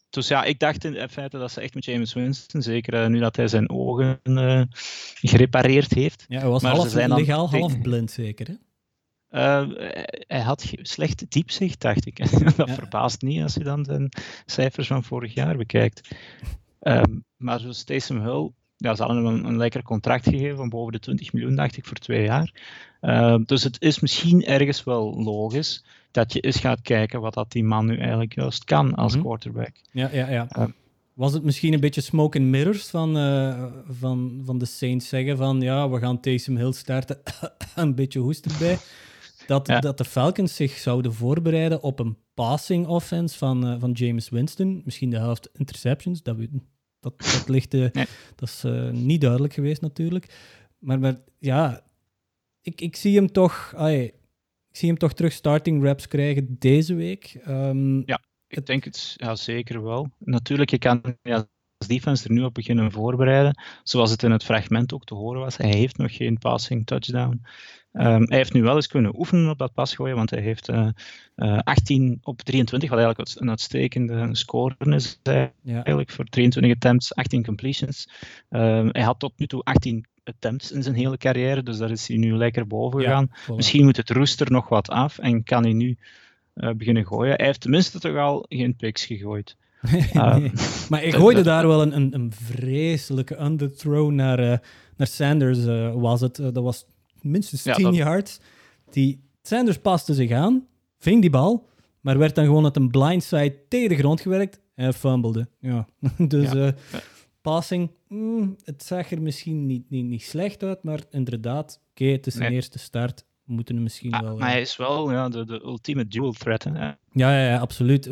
Dus ja, ik dacht in feite dat ze echt met Jameis Winston, zeker nu dat hij zijn ogen gerepareerd heeft. Ja, hij was maar half legaal, half blind zeker, hè? Hij had slecht diepzicht, dacht ik. Dat verbaast niet als je dan de cijfers van vorig jaar bekijkt. Maar zoals Taysom Hill, ja, ze hadden hem een lekker contract gegeven van boven de 20 miljoen, dacht ik, voor 2 jaar. Dus het is misschien ergens wel logisch dat je eens gaat kijken wat dat die man nu eigenlijk juist kan als quarterback. Ja. Was het misschien een beetje smoke and mirrors van de Saints zeggen van ja, we gaan Taysom Hill starten, een beetje hoest erbij. Dat de Falcons zich zouden voorbereiden op een passing offense van Jameis Winston. Misschien de helft interceptions, dat ligt, dat is niet duidelijk geweest natuurlijk. Maar ja, ik zie hem toch... Ik zie hem toch terug starting reps krijgen deze week. Ik denk het zeker wel. Natuurlijk, je kan als defense er nu op beginnen voorbereiden. Zoals het in het fragment ook te horen was. Hij heeft nog geen passing touchdown. Hij heeft nu wel eens kunnen oefenen op dat pasgooien, want hij heeft 18 op 23, wat eigenlijk een uitstekende score is eigenlijk voor 23 attempts, 18 completions. Hij had tot nu toe 18 attempts in zijn hele carrière, dus daar is hij nu lekker boven gegaan. Voilà. Misschien moet het rooster nog wat af en kan hij nu beginnen gooien. Hij heeft tenminste toch al geen picks gegooid. Nee. Maar ik gooide daar wel een vreselijke underthrow naar Sanders, was het. Dat was minstens 10 yards. Sanders paste zich aan, ving die bal, maar werd dan gewoon uit een blindside tegen de grond gewerkt en fumbelde. Ja. Dus passing, het zag er misschien niet slecht uit, maar inderdaad, het is een eerste start. We moeten hem misschien wel... Maar hij is wel de ultieme dual threat. Hè? Ja, absoluut.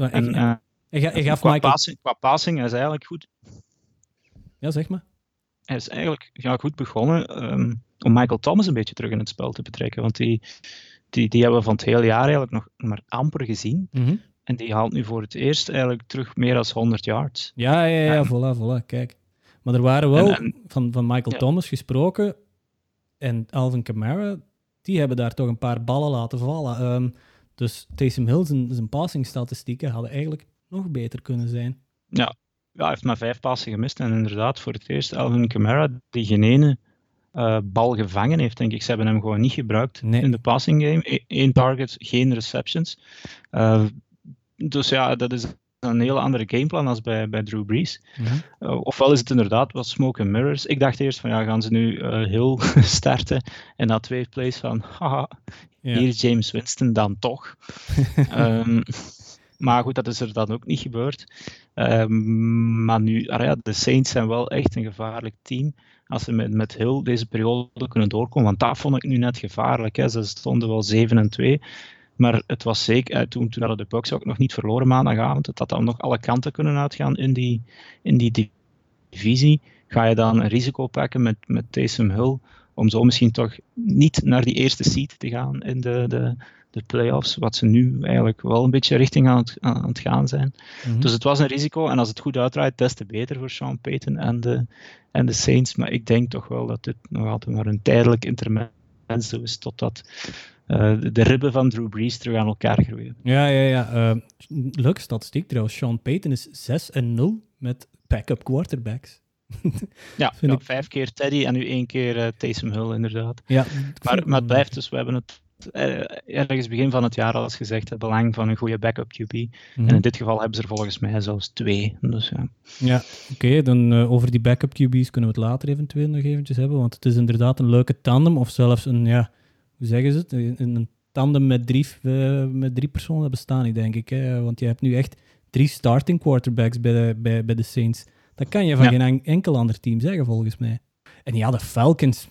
Qua passing, hij is eigenlijk goed. Ja, zeg maar. Hij is eigenlijk goed begonnen om Michael Thomas een beetje terug in het spel te betrekken. Want die hebben we van het hele jaar eigenlijk nog maar amper gezien. Mm-hmm. En die haalt nu voor het eerst eigenlijk terug meer dan 100 yards. Ja, voilà, kijk. Maar er waren wel van Michael Thomas gesproken en Alvin Kamara, die hebben daar toch een paar ballen laten vallen. Dus Taysom Hill, zijn passingstatistieken hadden eigenlijk nog beter kunnen zijn. Ja, hij heeft maar 5 passen gemist. En inderdaad, voor het eerst Alvin Kamara, die geen ene bal gevangen heeft, denk ik. Ze hebben hem gewoon niet gebruikt in de passing game. 1 target, geen receptions. Dus ja, dat is een hele andere gameplan als bij Drew Brees. Mm-hmm. Ofwel is het inderdaad wat smoke and mirrors. Ik dacht eerst van, gaan ze nu Hill starten? En na 2 plays van, hier is Jameis Winston dan toch. Maar goed, dat is er dan ook niet gebeurd. Maar nu, de Saints zijn wel echt een gevaarlijk team. Als ze met Hill deze periode kunnen doorkomen, want dat vond ik nu net gevaarlijk. Hè. Ze stonden wel 7-2. Maar het was zeker, toen hadden de Bucks ook nog niet verloren maandagavond, dat dan nog alle kanten kunnen uitgaan in die divisie. Ga je dan een risico pakken met Taysom Hill, om zo misschien toch niet naar die eerste seed te gaan in de playoffs, wat ze nu eigenlijk wel een beetje richting aan het gaan zijn. Mm-hmm. Dus het was een risico, en als het goed uitdraait, des te beter voor Sean Payton en de Saints. Maar ik denk toch wel dat dit nog altijd maar een tijdelijk intermezzo is, totdat de ribben van Drew Brees terug aan elkaar groeien. Ja. Leuke statistiek trouwens. Sean Payton is 6-0 met backup quarterbacks. Ja, 5 keer Teddy en nu 1 keer Taysom Hill, inderdaad. Ja, maar het blijft dus, we hebben het ergens begin van het jaar al eens gezegd, het belang van een goede backup QB. Mm-hmm. En in dit geval hebben ze er volgens mij zelfs 2. Dus ja, oké, dan over die backup QB's kunnen we het later eventueel nog eventjes hebben, want het is inderdaad een leuke tandem, of zelfs een, hoe zeggen ze het? Een tandem met 3 personen, dat bestaat niet, denk ik. Hè? Want je hebt nu echt 3 starting quarterbacks bij de Saints. Dat kan je van geen enkel ander team zeggen, volgens mij. En ja, de Falcons.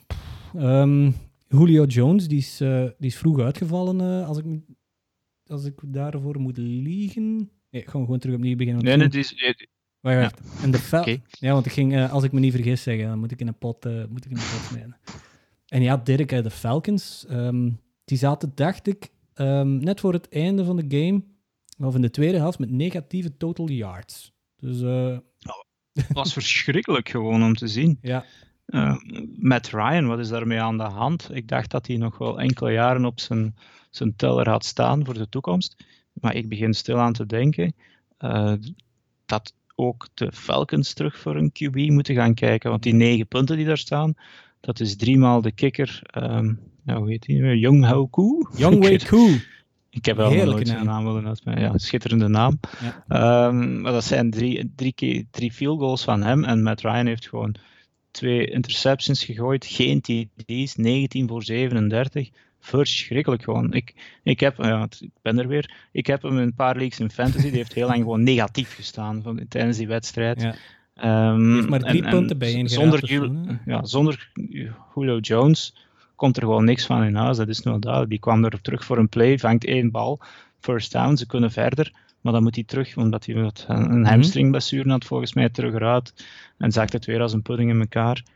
Julio Jones, die is vroeg uitgevallen, als ik daarvoor moet liegen. Nee, ik ga gewoon terug opnieuw beginnen. Nee, Wacht. En de ja, want ik ging, als ik me niet vergis zeggen, dan moet ik in een pot smijten. En ja, Dirk, de Falcons, die zaten, dacht ik, net voor het einde van de game, of in de tweede helft, met negatieve total yards. Dus... Het was verschrikkelijk gewoon om te zien. Ja. Matt Ryan, wat is daarmee aan de hand? Ik dacht dat hij nog wel enkele jaren op zijn teller had staan voor de toekomst. Maar ik begin stil aan te denken. dat ook de Falcons terug voor een QB moeten gaan kijken. Want die 9 punten die daar staan, dat is 3 maal de kikker. Hoe heet die? Younghoe Koo? Younghoe Koo. Ik heb wel nooit zijn naam willen uitspreken. Ja, schitterende naam. Ja. Maar dat zijn drie field goals van hem. En Matt Ryan heeft gewoon 2 interceptions gegooid. Geen TD's. 19 voor 37. Verschrikkelijk gewoon. Ik ben er weer. Ik heb hem in een paar leagues in fantasy. Die heeft heel lang gewoon negatief gestaan tijdens die wedstrijd. Ja. Heeft maar 3 punten bij één zonder Julio Jones komt er gewoon niks van in huis. Dat is nou duidelijk. Die kwam er terug voor een play, vangt 1 bal, first down, ze kunnen verder. Maar dan moet hij terug, omdat hij een hamstringblessure had, volgens mij terug eruit. En zakt het weer als een pudding in elkaar.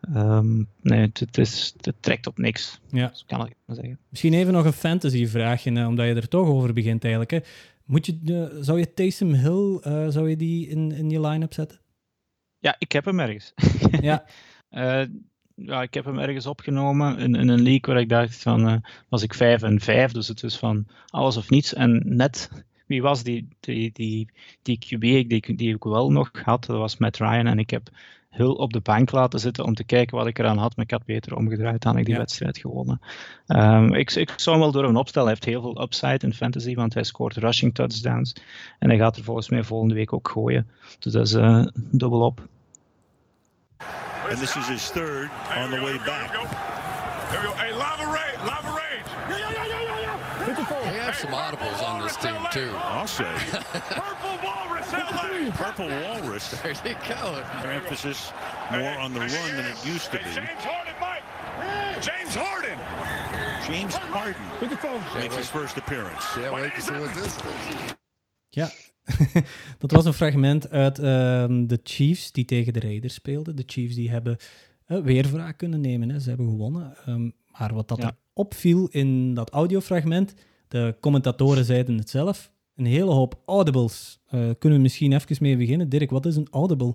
Het trekt op niks. Ja. Dat kan ik maar zeggen. Misschien even nog een fantasy vraagje, omdat je er toch over begint eigenlijk. Hè. Zou je Taysom Hill, zou je die in je line-up zetten? Ja, ik heb hem ergens. Ja. Ik heb hem ergens opgenomen in een league waar ik dacht van, was ik 5-5, dus het is van alles of niets. En net, wie was die QB die ik wel nog had, dat was Matt Ryan. En ik heb Hill op de bank laten zitten om te kijken wat ik eraan had, maar ik had beter omgedraaid dan ik die wedstrijd gewonnen. Ik zou hem wel door hem opstellen. Hij heeft heel veel upside in fantasy, want hij scoort rushing touchdowns. En hij gaat er volgens mij volgende week ook gooien. Dus dat is dubbel op. And this is his third on the way back. There we go. Hey, Lava Rage. They have some audibles on this team, too. I'll say. Purple Walrus, LA. Purple Walrus. There you go. Their emphasis more on the run than it used to be. James Harden, Mike. James Harden. James Harden makes his first appearance. Yeah, wait to see what this is. Ja, dat was een fragment uit de Chiefs die tegen de Raiders speelden. De Chiefs die hebben weer wraak kunnen nemen. Hè. Ze hebben gewonnen. Maar wat er opviel in dat audiofragment, de commentatoren zeiden het zelf, een hele hoop audibles. Kunnen we misschien even mee beginnen? Dirk, wat is een audible?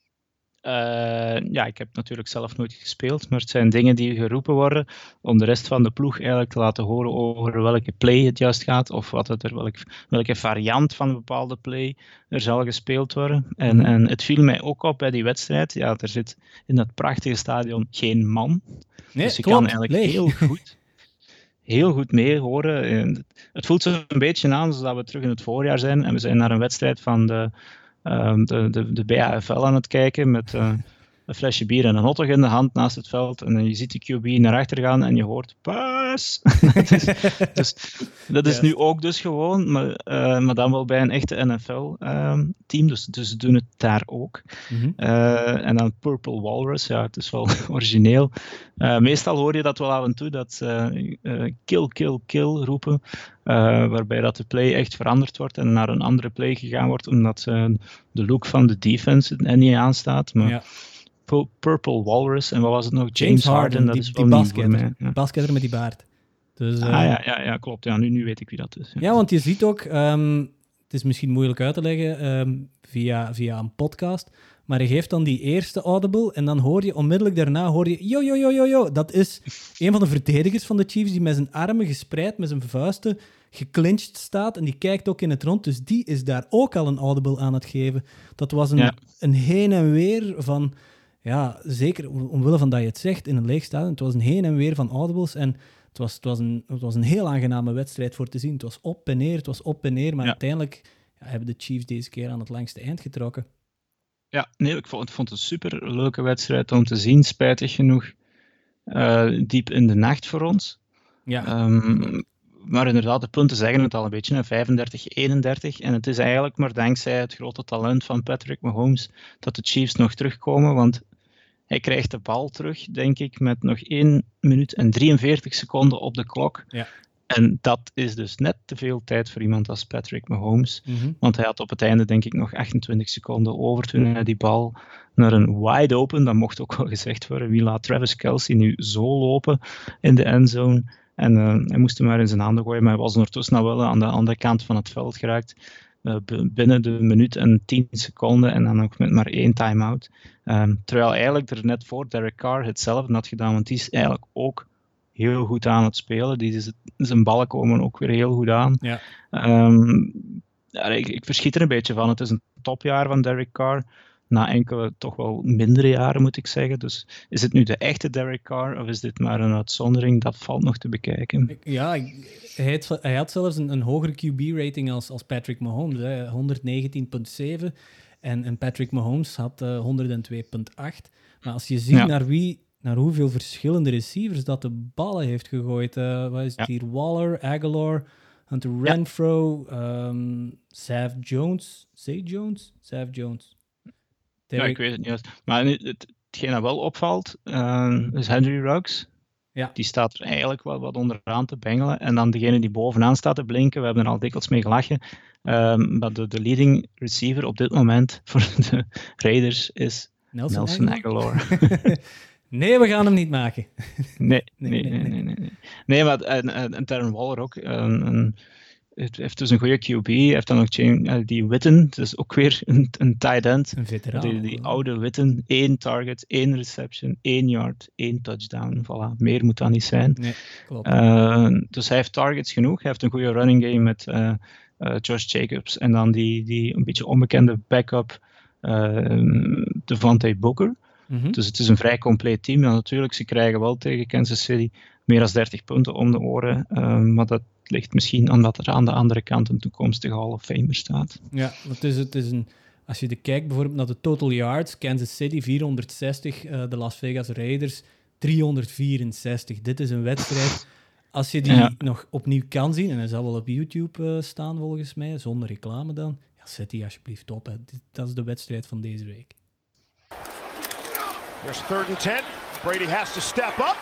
Ik heb natuurlijk zelf nooit gespeeld, maar het zijn dingen die geroepen worden om de rest van de ploeg eigenlijk te laten horen over welke play het juist gaat, of welke variant van een bepaalde play er zal gespeeld worden. En het viel mij ook op bij die wedstrijd, ja, er zit in dat prachtige stadion geen man, dus je kan eigenlijk heel goed mee horen. Het voelt zo een beetje aan alsof we terug in het voorjaar zijn en we zijn naar een wedstrijd van de BAFL aan het kijken met een flesje bier en een hotdog in de hand naast het veld. En je ziet de QB naar achter gaan en je hoort paas. Dat is nu ook dus gewoon, maar dan wel bij een echte NFL-team. Dus ze doen het daar ook. Mm-hmm. En dan Purple Walrus, ja, het is wel origineel. Meestal hoor je dat wel af en toe, dat kill, kill, kill roepen. Waarbij dat de play echt veranderd wordt en naar een andere play gegaan wordt, omdat de look van de defense er niet aanstaat. Maar Purple Walrus, en wat was het nog? James Harden, dat is wel nieuw voor mij. Ja. Basketter met die baard. Dus, ja, klopt. Ja, nu weet ik wie dat is. Ja, want je ziet ook, het is misschien moeilijk uit te leggen via een podcast, maar je geeft dan die eerste audible en dan hoor je onmiddellijk daarna, yo. Dat is een van de verdedigers van de Chiefs die met zijn armen gespreid, met zijn vuisten geclinched staat en die kijkt ook in het rond. Dus die is daar ook al een audible aan het geven. Dat was een heen en weer van, ja, zeker omwille van dat je het zegt in een leeg stadion, het was een heen en weer van audibles en het was een heel aangename wedstrijd voor te zien. Het was op en neer, maar uiteindelijk hebben de Chiefs deze keer aan het langste eind getrokken. Ja, nee, ik vond het een super leuke wedstrijd om te zien, spijtig genoeg. Diep in de nacht voor ons. Ja. Maar inderdaad, de punten zeggen het al een beetje, 35-31. En het is eigenlijk maar dankzij het grote talent van Patrick Mahomes dat de Chiefs nog terugkomen, want hij krijgt de bal terug, denk ik, met nog 1 minuut en 43 seconden op de klok. Ja. En dat is dus net te veel tijd voor iemand als Patrick Mahomes. Mm-hmm. Want hij had op het einde, denk ik, nog 28 seconden over toen hij die bal naar een wide open, dat mocht ook wel gezegd worden, wie laat Travis Kelce nu zo lopen in de endzone? En hij moest hem maar in zijn handen gooien, maar hij was ondertussen al wel aan de andere kant van het veld geraakt. Binnen de minuut en 10 seconden en dan ook met maar 1 time-out. Terwijl eigenlijk er net voor Derek Carr hetzelfde had gedaan, want die is eigenlijk ook heel goed aan het spelen. Zijn ballen komen ook weer heel goed aan. Ja. Ik verschiet er een beetje van. Het is een topjaar van Derek Carr. Na enkele toch wel mindere jaren, moet ik zeggen. Dus is het nu de echte Derek Carr of is dit maar een uitzondering? Dat valt nog te bekijken. Ja, hij had zelfs een hogere QB-rating als Patrick Mahomes. Hè. 119,7. En Patrick Mahomes had 102,8. Maar als je ziet naar hoeveel verschillende receivers dat de ballen heeft gegooid. Wat is het hier? Waller, Aguilar, Hunter Renfro, Zay Jones. Ja, ik weet het niet. Maar hetgeen dat wel opvalt, is Henry Ruggs. Ja. Die staat er eigenlijk wel wat onderaan te bengelen. En dan degene die bovenaan staat te blinken, we hebben er al dikwijls mee gelachen. Maar de leading receiver op dit moment voor de Raiders is Nelson Aguilar. Nee, we gaan hem niet maken. Nee, maar en Darren Waller ook. Het heeft dus een goede QB. Hij heeft dan ook die Witten, dus ook weer een tight end. Een veteraan. Die oude Witten, 1 target, 1 reception, 1 yard, 1 touchdown. Voilà, meer moet dat niet zijn. Nee, klopt. Dus hij heeft targets genoeg. Hij heeft een goede running game met Josh Jacobs. En dan die een beetje onbekende backup Devontae Booker. Mm-hmm. Dus het is een vrij compleet team. Ja, natuurlijk, ze krijgen wel tegen Kansas City meer dan 30 punten om de oren. Maar dat ligt misschien omdat er aan de andere kant een toekomstige Hall of Famer staat. Ja, het is als je kijkt bijvoorbeeld naar de total yards, Kansas City 460, de Las Vegas Raiders 364. Dit is een wedstrijd. Als je die nog opnieuw kan zien, en hij zal wel op YouTube staan volgens mij, zonder reclame dan, zet die alsjeblieft op. Hè. Dat is de wedstrijd van deze week. There's 3rd and 10. Brady has to step up.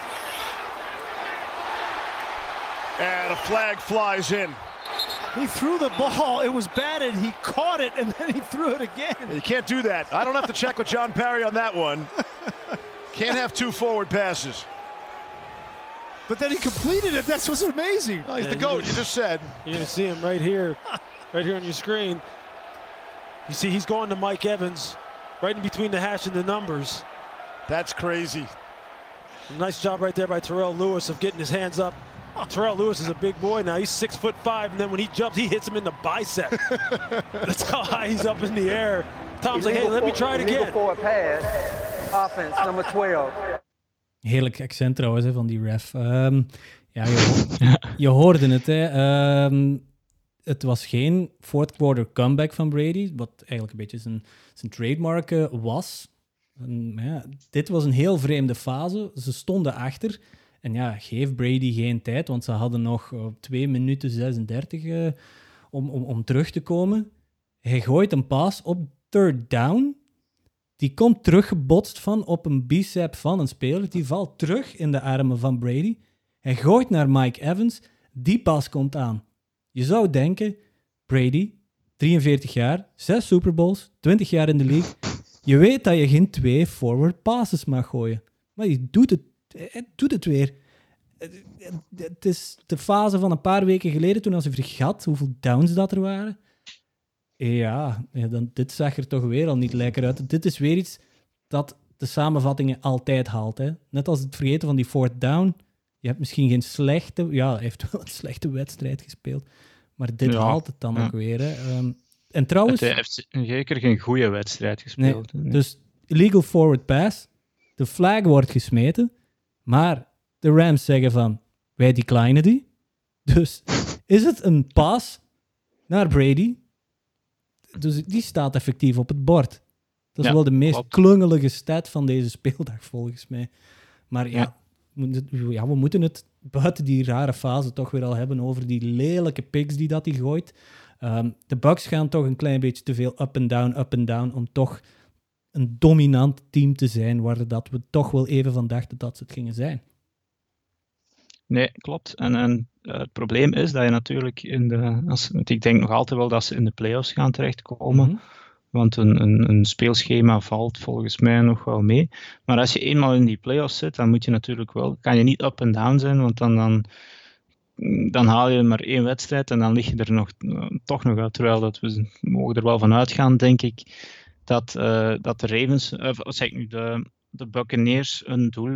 And a flag flies in. He threw the ball. It was batted. He caught it, and then he threw it again. You can't do that. I don't have to check with John Parry on that one. Can't have 2 forward passes. But then he completed it. That's what's amazing. Oh, he's the GOAT, you just said. You're going to see him right here on your screen. You see he's going to Mike Evans, right in between the hash and the numbers. That's crazy. Nice job right there by Terrell Lewis of getting his hands up. Terrell Lewis is a big boy now. He's 6'5", and then when he jumps, he hits him in the bicep. That's how high he's up in the air. Tom's like, hey, let me try it again. Forward pass, offense, number 12. Heerlijk accent trouwens van die ref. Je hoorde het. Hè. Het was geen fourth quarter comeback van Brady, wat eigenlijk een beetje zijn trademark was. Dit was een heel vreemde fase. Ze stonden achter. En geef Brady geen tijd, want ze hadden nog 2 minuten 36 om terug te komen. Hij gooit een paas op 3rd down. Die komt teruggebotst op een bicep van een speler. Die valt terug in de armen van Brady. Hij gooit naar Mike Evans. Die pas komt aan. Je zou denken, Brady, 43 jaar, 6 Super Bowls, 20 jaar in de league. Je weet dat je geen 2 forward passes mag gooien. Maar hij doet het weer. Het is de fase van een paar weken geleden, toen hij vergat hoeveel downs dat er waren. Dit zag er toch weer al niet lekker uit. Dit is weer iets dat de samenvattingen altijd haalt. Hè. Net als het vergeten van die 4th down. Je hebt misschien geen slechte... Ja, hij heeft wel een slechte wedstrijd gespeeld. Maar dit haalt het dan ook weer. Hè. En trouwens... Hij heeft zeker geen goede wedstrijd gespeeld. Nee. Dus illegal forward pass. De flag wordt gesmeten. Maar de Rams zeggen van... Wij declinen die. Dus is het een pass naar Brady... Dus die staat effectief op het bord. Dat is wel de meest klungelige stat van deze speeldag, volgens mij. Maar we moeten het buiten die rare fase toch weer al hebben over die lelijke picks die hij gooit. De Bucks gaan toch een klein beetje te veel up and down, om toch een dominant team te zijn, waar dat we toch wel even van dachten dat ze het gingen zijn. Nee, klopt. En het probleem is dat je natuurlijk ik denk nog altijd wel dat ze in de playoffs gaan terechtkomen. Mm-hmm. Want een speelschema valt volgens mij nog wel mee. Maar als je eenmaal in die playoffs zit, dan moet je natuurlijk wel... Kan je niet up and down zijn, want dan haal je maar 1 wedstrijd en dan lig je er toch nog uit. Terwijl we mogen er wel van uitgaan, denk ik, dat de Ravens... de Buccaneers een doel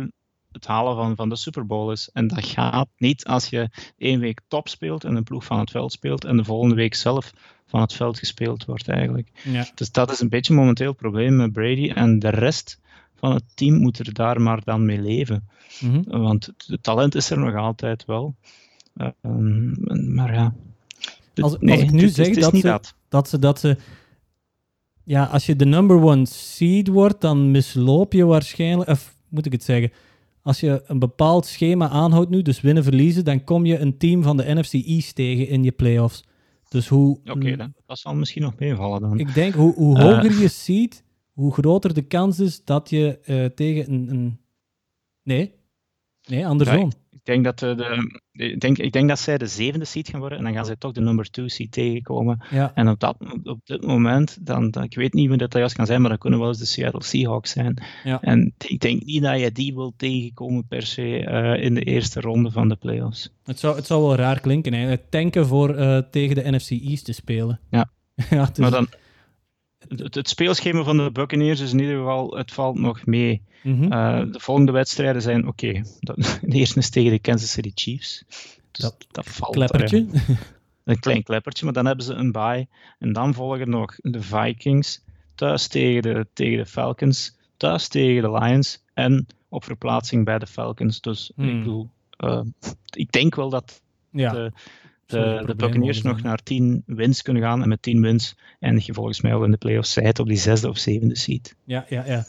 het halen van de Super Bowl is. En dat gaat niet als je 1 week top speelt en een ploeg van het veld speelt en de volgende week zelf van het veld gespeeld wordt eigenlijk. Ja. Dus dat is een beetje momenteel het probleem met Brady en de rest van het team moet er daar maar dan mee leven. Want het talent is er nog altijd wel. Maar ja... Als ik nu zeg dat ze... Ja, als je de number 1 seed wordt, dan misloop je waarschijnlijk... Of moet ik het zeggen? Als je een bepaald schema aanhoudt nu, dus winnen, verliezen, dan kom je een team van de NFC East tegen in je playoffs. Dus hoe... Oké, dat zal misschien nog meevallen dan. Ik denk, hoe hoger je seed, hoe groter de kans is dat je tegen een... Nee, andersom. Ik denk dat zij de 7e seed gaan worden en dan gaan zij toch de number 2 seed tegenkomen. Ja. En op dit moment, dan, ik weet niet wie dat juist kan zijn, maar dat kunnen wel eens de Seattle Seahawks zijn. Ja. En ik denk niet dat je die wil tegenkomen per se in de eerste ronde van de playoffs. Het zou wel raar klinken, hè? Tanken voor tegen de NFC East te spelen. Ja, ja maar dan... Het speelschema van de Buccaneers is in ieder geval, het valt nog mee. De volgende wedstrijden zijn, de eerste is tegen de Kansas City Chiefs. Dus dat valt kleppertje. Een klein kleppertje, maar dan hebben ze een bye. En dan volgen nog de Vikings, thuis tegen de Falcons, thuis tegen de Lions en op verplaatsing bij de Falcons. Dus ik bedoel, ik denk wel dat de Buccaneers nog naar 10 wins kunnen gaan. En met 10 wins eindig je volgens mij al in de playoffs zijt op die 6e of 7e seed. Ja.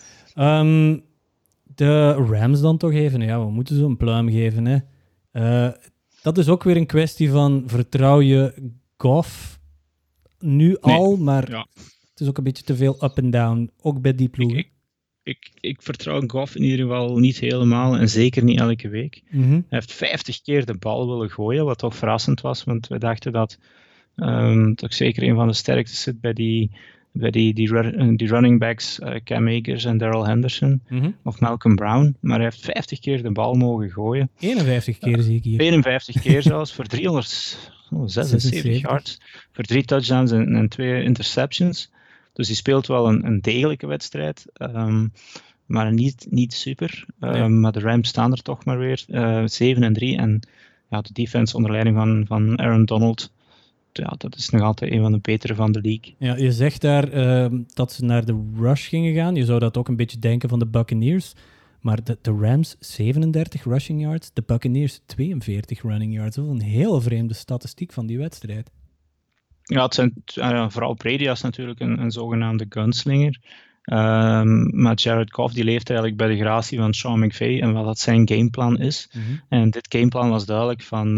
De Rams dan toch even. Ja, we moeten ze een pluim geven. Hè. Dat is ook weer een kwestie van vertrouw je Goff nu al, maar het is ook een beetje te veel up and down. Ook bij die ploegen. Ik vertrouw Goff in ieder geval niet helemaal en zeker niet elke week. Hij heeft 50 keer de bal willen gooien, wat toch verrassend was, want we dachten dat toch zeker een van de sterkste zit bij die running backs, Cam Akers en Darrell Henderson of Malcolm Brown, maar hij heeft 50 keer de bal mogen gooien. 51 keer zie ik hier. 51 keer zelfs, voor 376 yards, voor 3 touchdowns en 2 interceptions. Dus die speelt wel een degelijke wedstrijd, maar niet super. Maar de Rams staan er toch maar weer 7-3. En ja, de defense onder leiding van Aaron Donald, ja, dat is nog altijd een van de betere van de league. Ja, je zegt daar dat ze naar de rush gingen gaan. Je zou dat ook een beetje denken van de Buccaneers. Maar de Rams 37 rushing yards, de Buccaneers 42 running yards. Dat is een heel vreemde statistiek van die wedstrijd. Ja, het zijn vooral Brady is natuurlijk een zogenaamde gunslinger. Maar Jared Goff die leeft eigenlijk bij de gratie van Sean McVay en wat dat zijn gameplan is. En dit gameplan was duidelijk van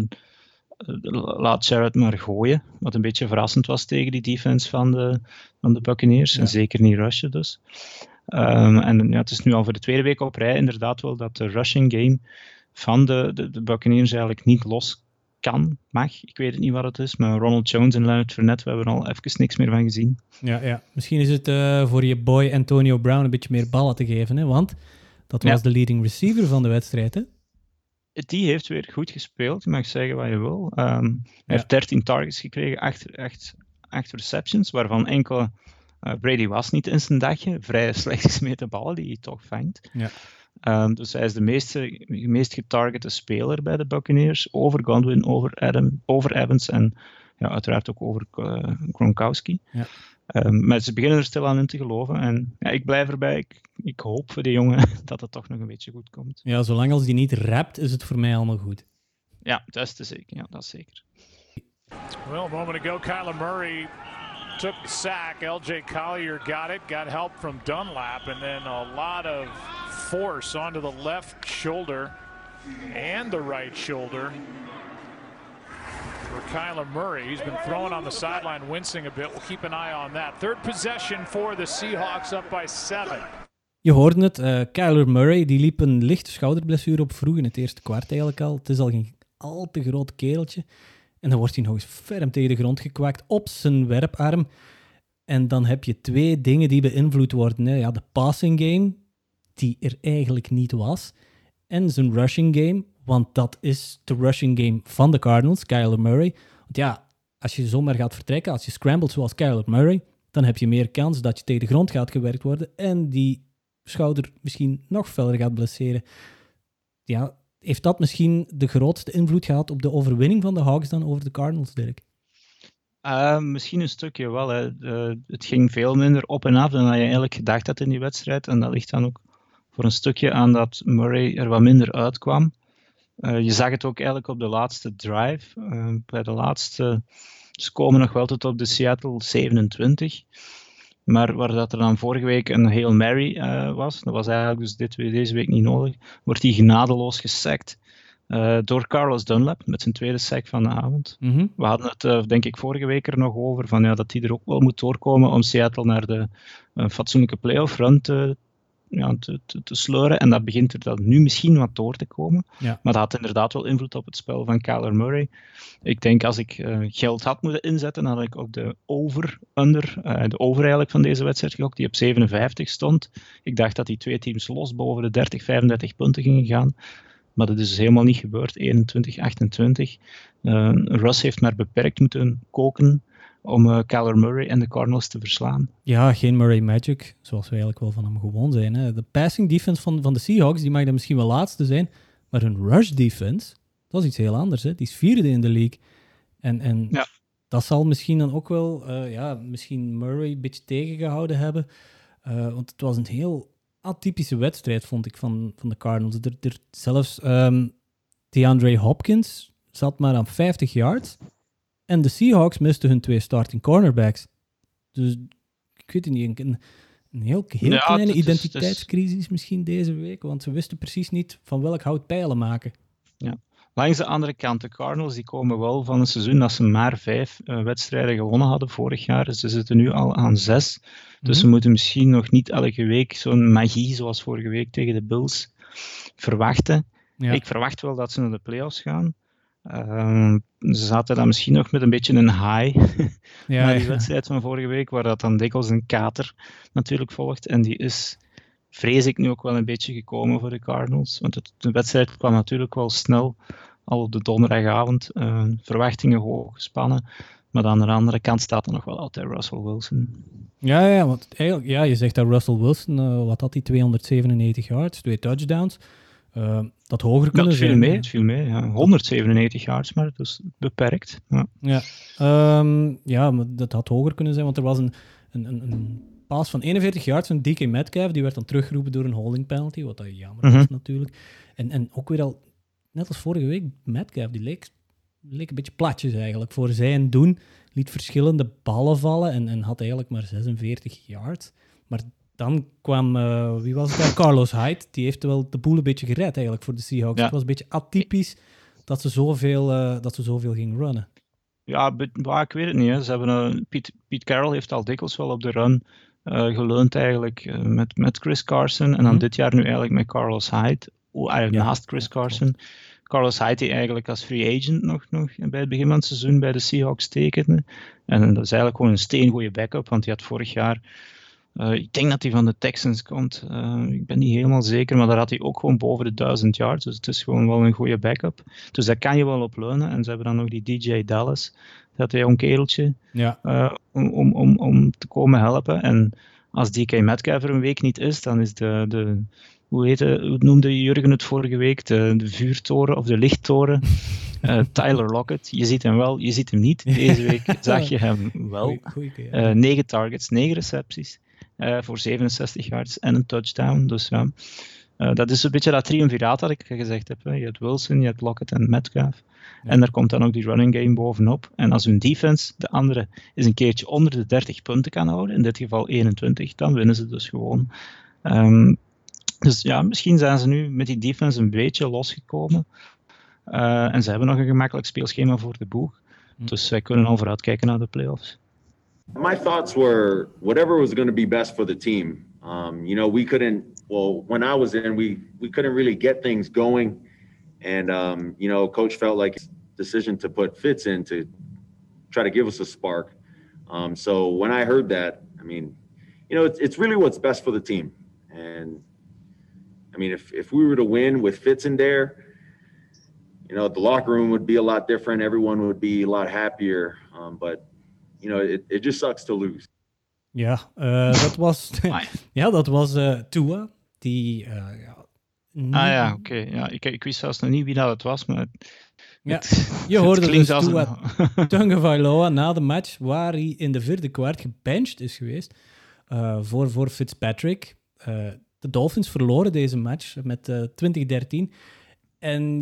laat Jared maar gooien. Wat een beetje verrassend was tegen die defense van de Buccaneers. Ja. En zeker niet rushen dus. En ja, het is nu al voor de tweede week op rij inderdaad wel dat de rushing game van de Buccaneers eigenlijk niet los mag. Ik weet het niet wat het is, maar Ronald Jones en Leonard Fournette, we hebben er al even niks meer van gezien. Ja. Misschien is het voor je boy Antonio Brown een beetje meer ballen te geven, hè? Want dat was de leading receiver van de wedstrijd, hè? Die heeft weer goed gespeeld, je mag zeggen wat je wil. Hij heeft 13 targets gekregen, 8 receptions, waarvan enkele Brady was niet in zijn dagje. Vrij slecht gesmeten ballen die hij toch vangt. Ja. Dus hij is de meest getargete speler bij de Buccaneers, over Godwin, over Evans en ja, uiteraard ook over Gronkowski. Ja. Maar ze beginnen er stil aan in te geloven en ja, ik blijf erbij. Ik hoop voor de jongen dat het toch nog een beetje goed komt. Ja, zolang als die niet rapt, is het voor mij allemaal goed. Ja, dat is zeker. Ja, dat is zeker. Well, a moment ago, Kyler Murray took the sack. L.J. Collier got help from Dunlap, and then a lot of force onto the left shoulder and the right shoulder for Kyler Murray. He's been thrown on the sideline, wincing a bit. We'll keep an eye on that. Third possession for the Seahawks, up by 7. Je hoorde het, Kyler Murray die liep een lichte schouderblessure op vroeg in het eerste kwart eigenlijk al. Het is al geen al te groot kereltje. En dan wordt hij nog eens ferm tegen de grond gekwakt op zijn werparm. En dan heb je 2 dingen die beïnvloed worden. Hè. Ja, de passing game, die er eigenlijk niet was. En zijn rushing game, want dat is de rushing game van de Cardinals, Kyler Murray. Want ja, als je zomaar gaat vertrekken, als je scrambled zoals Kyler Murray, dan heb je meer kans dat je tegen de grond gaat gewerkt worden en die schouder misschien nog verder gaat blesseren. heeft dat misschien de grootste invloed gehad op de overwinning van de Hawks dan over de Cardinals, Dirk? Misschien een stukje wel. Hè. Het ging veel minder op en af dan je eigenlijk gedacht had in die wedstrijd. En dat ligt dan ook voor een stukje aan dat Murray er wat minder uitkwam. Je zag het ook eigenlijk op de laatste drive. Bij de laatste, ze komen nog wel tot op de Seattle 27. Maar waar dat er dan vorige week een Hail Mary was, dat was eigenlijk dus deze week niet nodig, wordt die genadeloos gesackt door Carlos Dunlap met zijn tweede sack van de avond. Mm-hmm. We hadden het denk ik vorige week er nog over, van, dat die er ook wel moet doorkomen om Seattle naar de fatsoenlijke playoff run te sleuren. En dat begint er dan nu misschien wat door te komen. Ja. Maar dat had inderdaad wel invloed op het spel van Kyler Murray. Ik denk als ik geld had moeten inzetten, dan had ik ook de over eigenlijk van deze wedstrijd gegokt, die op 57 stond. Ik dacht dat die twee teams los boven de 30, 35 punten gingen gaan. Maar dat is dus helemaal niet gebeurd. 21-28. Russ heeft maar beperkt moeten koken om Kyler Murray en de Cardinals te verslaan. Ja, geen Murray Magic, zoals we eigenlijk wel van hem gewoon zijn. Hè. De passing defense van de Seahawks, die mag dan misschien wel laatste zijn, maar hun rush defense, dat is iets heel anders. Hè. Die is 4e in de league. En dat zal misschien dan ook wel misschien Murray een beetje tegengehouden hebben. Want het was een heel atypische wedstrijd, vond ik, van de Cardinals. Zelfs DeAndre Hopkins zat maar aan 50 yards. En de Seahawks misten hun 2 starting cornerbacks. Dus ik weet het niet, een heel kleine identiteitscrisis misschien deze week, want ze wisten precies niet van welk hout pijlen maken. Ja. Langs de andere kant, de Cardinals die komen wel van een seizoen dat ze maar 5 wedstrijden gewonnen hadden vorig jaar. Ze zitten nu al aan 6. Dus ze moeten misschien nog niet elke week zo'n magie zoals vorige week tegen de Bills verwachten. Ja. Ik verwacht wel dat ze naar de playoffs gaan. Ze zaten dan misschien nog met een beetje een high na die wedstrijd van vorige week, waar dat dan dikwijls een kater natuurlijk volgt. En die is, vrees ik, nu ook wel een beetje gekomen voor de Cardinals. Want de wedstrijd kwam natuurlijk wel snel, al op de donderdagavond. Verwachtingen hoog gespannen. Maar aan de andere kant staat er nog wel altijd Russell Wilson. Ja, want eigenlijk, je zegt dat Russell Wilson, wat had hij, 297 yards, 2 touchdowns. Dat hoger kunnen zijn. Het viel mee. Ja. 197 yards, maar het is beperkt. Ja, maar dat had hoger kunnen zijn, want er was een paas van 41 yards van DK Metcalf, die werd dan teruggeroepen door een holding penalty, wat dat jammer was natuurlijk. En ook weer al, net als vorige week, Metcalf, die leek een beetje platjes eigenlijk voor zijn doen. Liet verschillende ballen vallen en had eigenlijk maar 46 yards. Maar dan kwam, wie was het daar? Carlos Hyde. Die heeft wel de boel een beetje gered eigenlijk voor de Seahawks. Ja. Het was een beetje atypisch dat ze zoveel gingen runnen. Ja, ik weet het niet. Hè. Ze hebben, Pete Carroll heeft al dikwijls wel op de run geleund eigenlijk met Chris Carson. En dan dit jaar nu eigenlijk met Carlos Hyde. Naast Chris Carson. Carlos Hyde die eigenlijk als free agent nog bij het begin van het seizoen bij de Seahawks tekende. En dat is eigenlijk gewoon een steengoeie backup, want hij had vorig jaar... ik denk dat hij van de Texans komt. Ik ben niet helemaal zeker, maar daar had hij ook gewoon boven de 1000 yards. Dus het is gewoon wel een goede backup. Dus daar kan je wel op leunen. En ze hebben dan nog die DJ Dallas. Dat jong kereltje. Ja. Om te komen helpen. En als DK Metcalf er een week niet is, dan is hoe noemde Jurgen het vorige week? De vuurtoren of de lichttoren. Tyler Lockett. Je ziet hem wel, je ziet hem niet. Deze week zag je hem wel. 9 targets, 9 recepties. Voor 67 yards en een touchdown. Dus ja, dat is een beetje dat triumviraat dat ik gezegd heb. Hè. Je hebt Wilson, je hebt Lockett en Metcalf. Ja. En daar komt dan ook die running game bovenop. En als hun defense, de andere, is een keertje onder de 30 punten kan houden, in dit geval 21, dan winnen ze dus gewoon. Dus ja, misschien zijn ze nu met die defense een beetje losgekomen. En ze hebben nog een gemakkelijk speelschema voor de boeg. Dus wij kunnen al vooruitkijken naar de playoffs. My thoughts were whatever was going to be best for the team. We couldn't, when I was in, we couldn't really get things going. And, coach felt like his decision to put Fitz in to try to give us a spark. So when I heard that, it's really what's best for the team. And, if we were to win with Fitz in there, the locker room would be a lot different. Everyone would be a lot happier. But it just sucks to lose. Ja, dat was Tua, die Oké. Ja, ik wist zelfs nog niet wie dat het was, maar... Je hoorde dus Tua Tagovailoa na de match, waar hij in de vierde kwart gebenched is geweest voor Fitzpatrick. De Dolphins verloren deze match met 20-13. En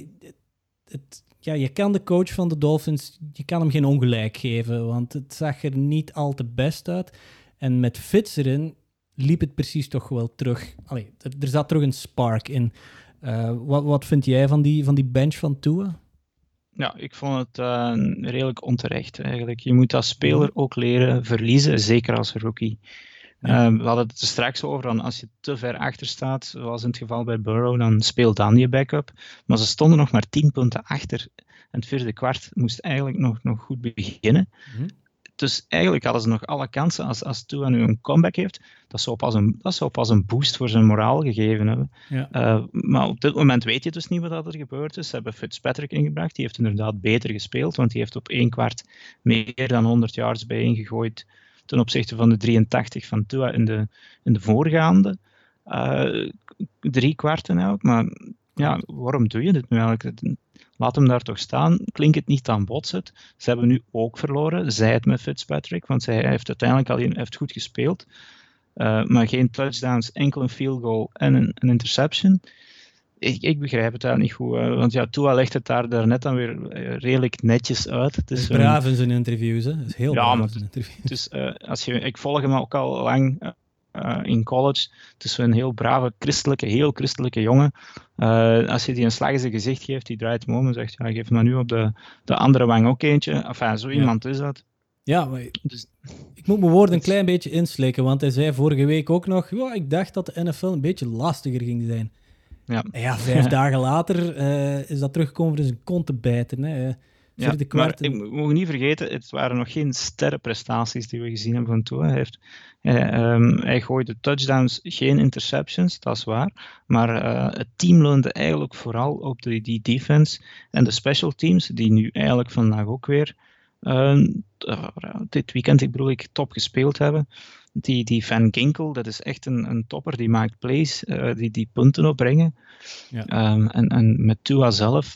je kan de coach van de Dolphins, je kan hem geen ongelijk geven, want het zag er niet al te best uit. En met Fitz erin liep het precies toch wel terug. Er zat terug een spark in. Wat vind jij van die bench van Tua? Ja, ik vond het redelijk onterecht eigenlijk. Je moet als speler ook leren verliezen, zeker als rookie. Ja. We hadden het er straks over, als je te ver achter staat, zoals in het geval bij Burrow, dan speel dan je backup. Maar ze stonden nog maar 10 punten achter. En het vierde kwart moest eigenlijk nog goed beginnen. Dus eigenlijk hadden ze nog alle kansen. Als Tua nu een comeback heeft, dat zou pas een boost voor zijn moraal gegeven hebben. Ja. Maar op dit moment weet je dus niet wat er gebeurd is. Ze hebben Fitzpatrick ingebracht. Die heeft inderdaad beter gespeeld, want die heeft op 1 kwart meer dan 100 yards bijeengegooid ten opzichte van de 83 van Tua in de voorgaande 3 kwarten ook. Maar ja, waarom doe je dit nu eigenlijk? Laat hem daar toch staan. Klinkt het niet aan botset. Ze hebben nu ook verloren. Zij het met Fitzpatrick, want hij heeft uiteindelijk goed gespeeld. Maar geen touchdowns, enkel een field goal en een interception. Ik begrijp het daar niet goed. Want Tua legt het daar net dan weer redelijk netjes uit. Het is braaf in zijn interviews, hè? Het is heel braaf in zijn interviews. Dus ik volg hem ook al lang in college. Het is een heel brave, heel christelijke jongen. Als je die een slag in zijn gezicht geeft, die draait hem om en zegt, geef me nu op de andere wang ook eentje. Enfin, zo iemand is dat. Ja, maar ik moet mijn woorden een klein beetje inslikken, want hij zei vorige week ook nog, ik dacht dat de NFL een beetje lastiger ging zijn. Ja, 5 dagen later is dat teruggekomen voor zijn kont te bijten. Hè. Maar ik moet niet vergeten, het waren nog geen sterrenprestaties die we gezien hebben van Tua. Hij gooide touchdowns, geen interceptions, dat is waar. Maar het team leunde eigenlijk vooral op die defense en de special teams, die nu eigenlijk vandaag ook weer dit weekend, top gespeeld hebben. Die Van Ginkel, dat is echt een topper, die maakt plays, die punten opbrengen. Ja. En met Tua zelf,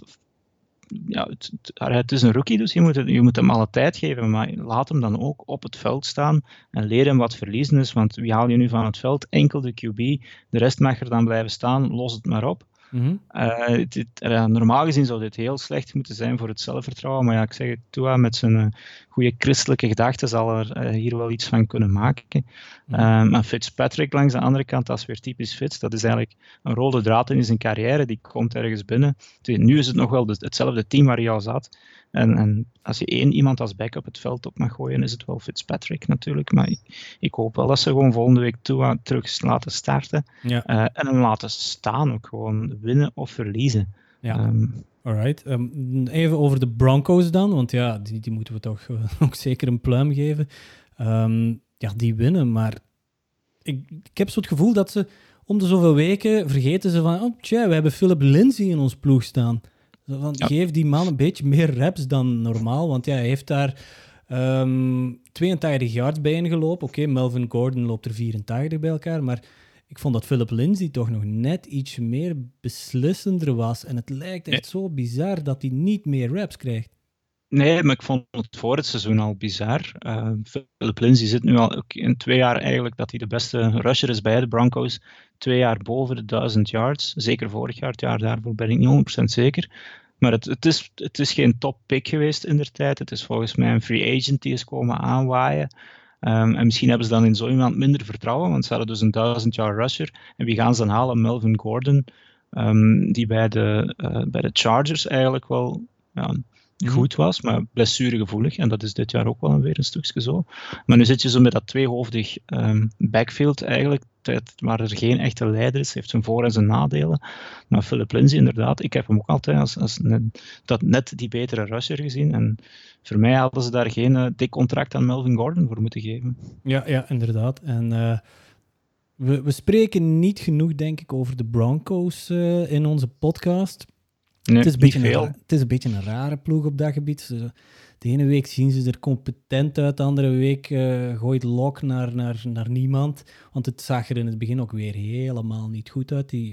het is een rookie, dus je moet hem alle tijd geven, maar laat hem dan ook op het veld staan en leer hem wat verliezen is, want wie haal je nu van het veld? Enkel de QB, de rest mag er dan blijven staan, los het maar op. Normaal gezien zou dit heel slecht moeten zijn voor het zelfvertrouwen, maar ik zeg het, Tua met zijn goede christelijke gedachten zal er hier wel iets van kunnen maken. Maar Fitzpatrick langs de andere kant, dat is weer typisch Fitz, dat is eigenlijk een rode draad in zijn carrière, die komt ergens binnen. Nu is het nog wel hetzelfde team waar hij al zat. En als je iemand als backup het veld op mag gooien, is het wel Fitzpatrick natuurlijk. Maar ik hoop wel dat ze gewoon volgende week Tua terug laten starten. Ja. En hem laten staan ook gewoon winnen of verliezen. Ja. Alright. Even over de Broncos dan, want die moeten we toch ook zeker een pluim geven. Die winnen, maar ik heb zo het gevoel dat ze om de zoveel weken vergeten ze van, we hebben Philip Lindsay in ons ploeg staan. Geef die man een beetje meer reps dan normaal, want hij heeft daar 82 yards bij ingelopen. Oké, Melvin Gordon loopt er 84 bij elkaar, maar ik vond dat Philip Lindsay toch nog net iets meer beslissender was. En het lijkt echt zo bizar dat hij niet meer reps krijgt. Nee, maar ik vond het voor het seizoen al bizar. Philip Lindsay zit nu al in 2 jaar eigenlijk dat hij de beste rusher is bij de Broncos. 2 jaar boven de 1000 yards. Zeker vorig jaar, het jaar daarvoor ben ik niet 100% zeker. Maar het is geen top pick geweest in der tijd. Het is volgens mij een free agent die is komen aanwaaien. En misschien hebben ze dan in zo iemand minder vertrouwen, want ze hadden dus een 1000-yard rusher. En wie gaan ze dan halen? Melvin Gordon, die bij de Chargers eigenlijk wel goed was, maar blessuregevoelig. En dat is dit jaar ook wel weer een stukje zo. Maar nu zit je zo met dat tweehoofdig backfield eigenlijk, waar er geen echte leider is. Heeft zijn voor- en zijn nadelen. Maar Philip Lindsay inderdaad, ik heb hem ook altijd als net die betere rusher gezien. En voor mij hadden ze daar geen dik contract aan Melvin Gordon voor moeten geven. Ja, inderdaad. En we spreken niet genoeg, denk ik, over de Broncos in onze podcast. Nee, het is een beetje een rare ploeg op dat gebied. De ene week zien ze er competent uit, de andere week gooit Locke naar niemand. Want het zag er in het begin ook weer helemaal niet goed uit. Die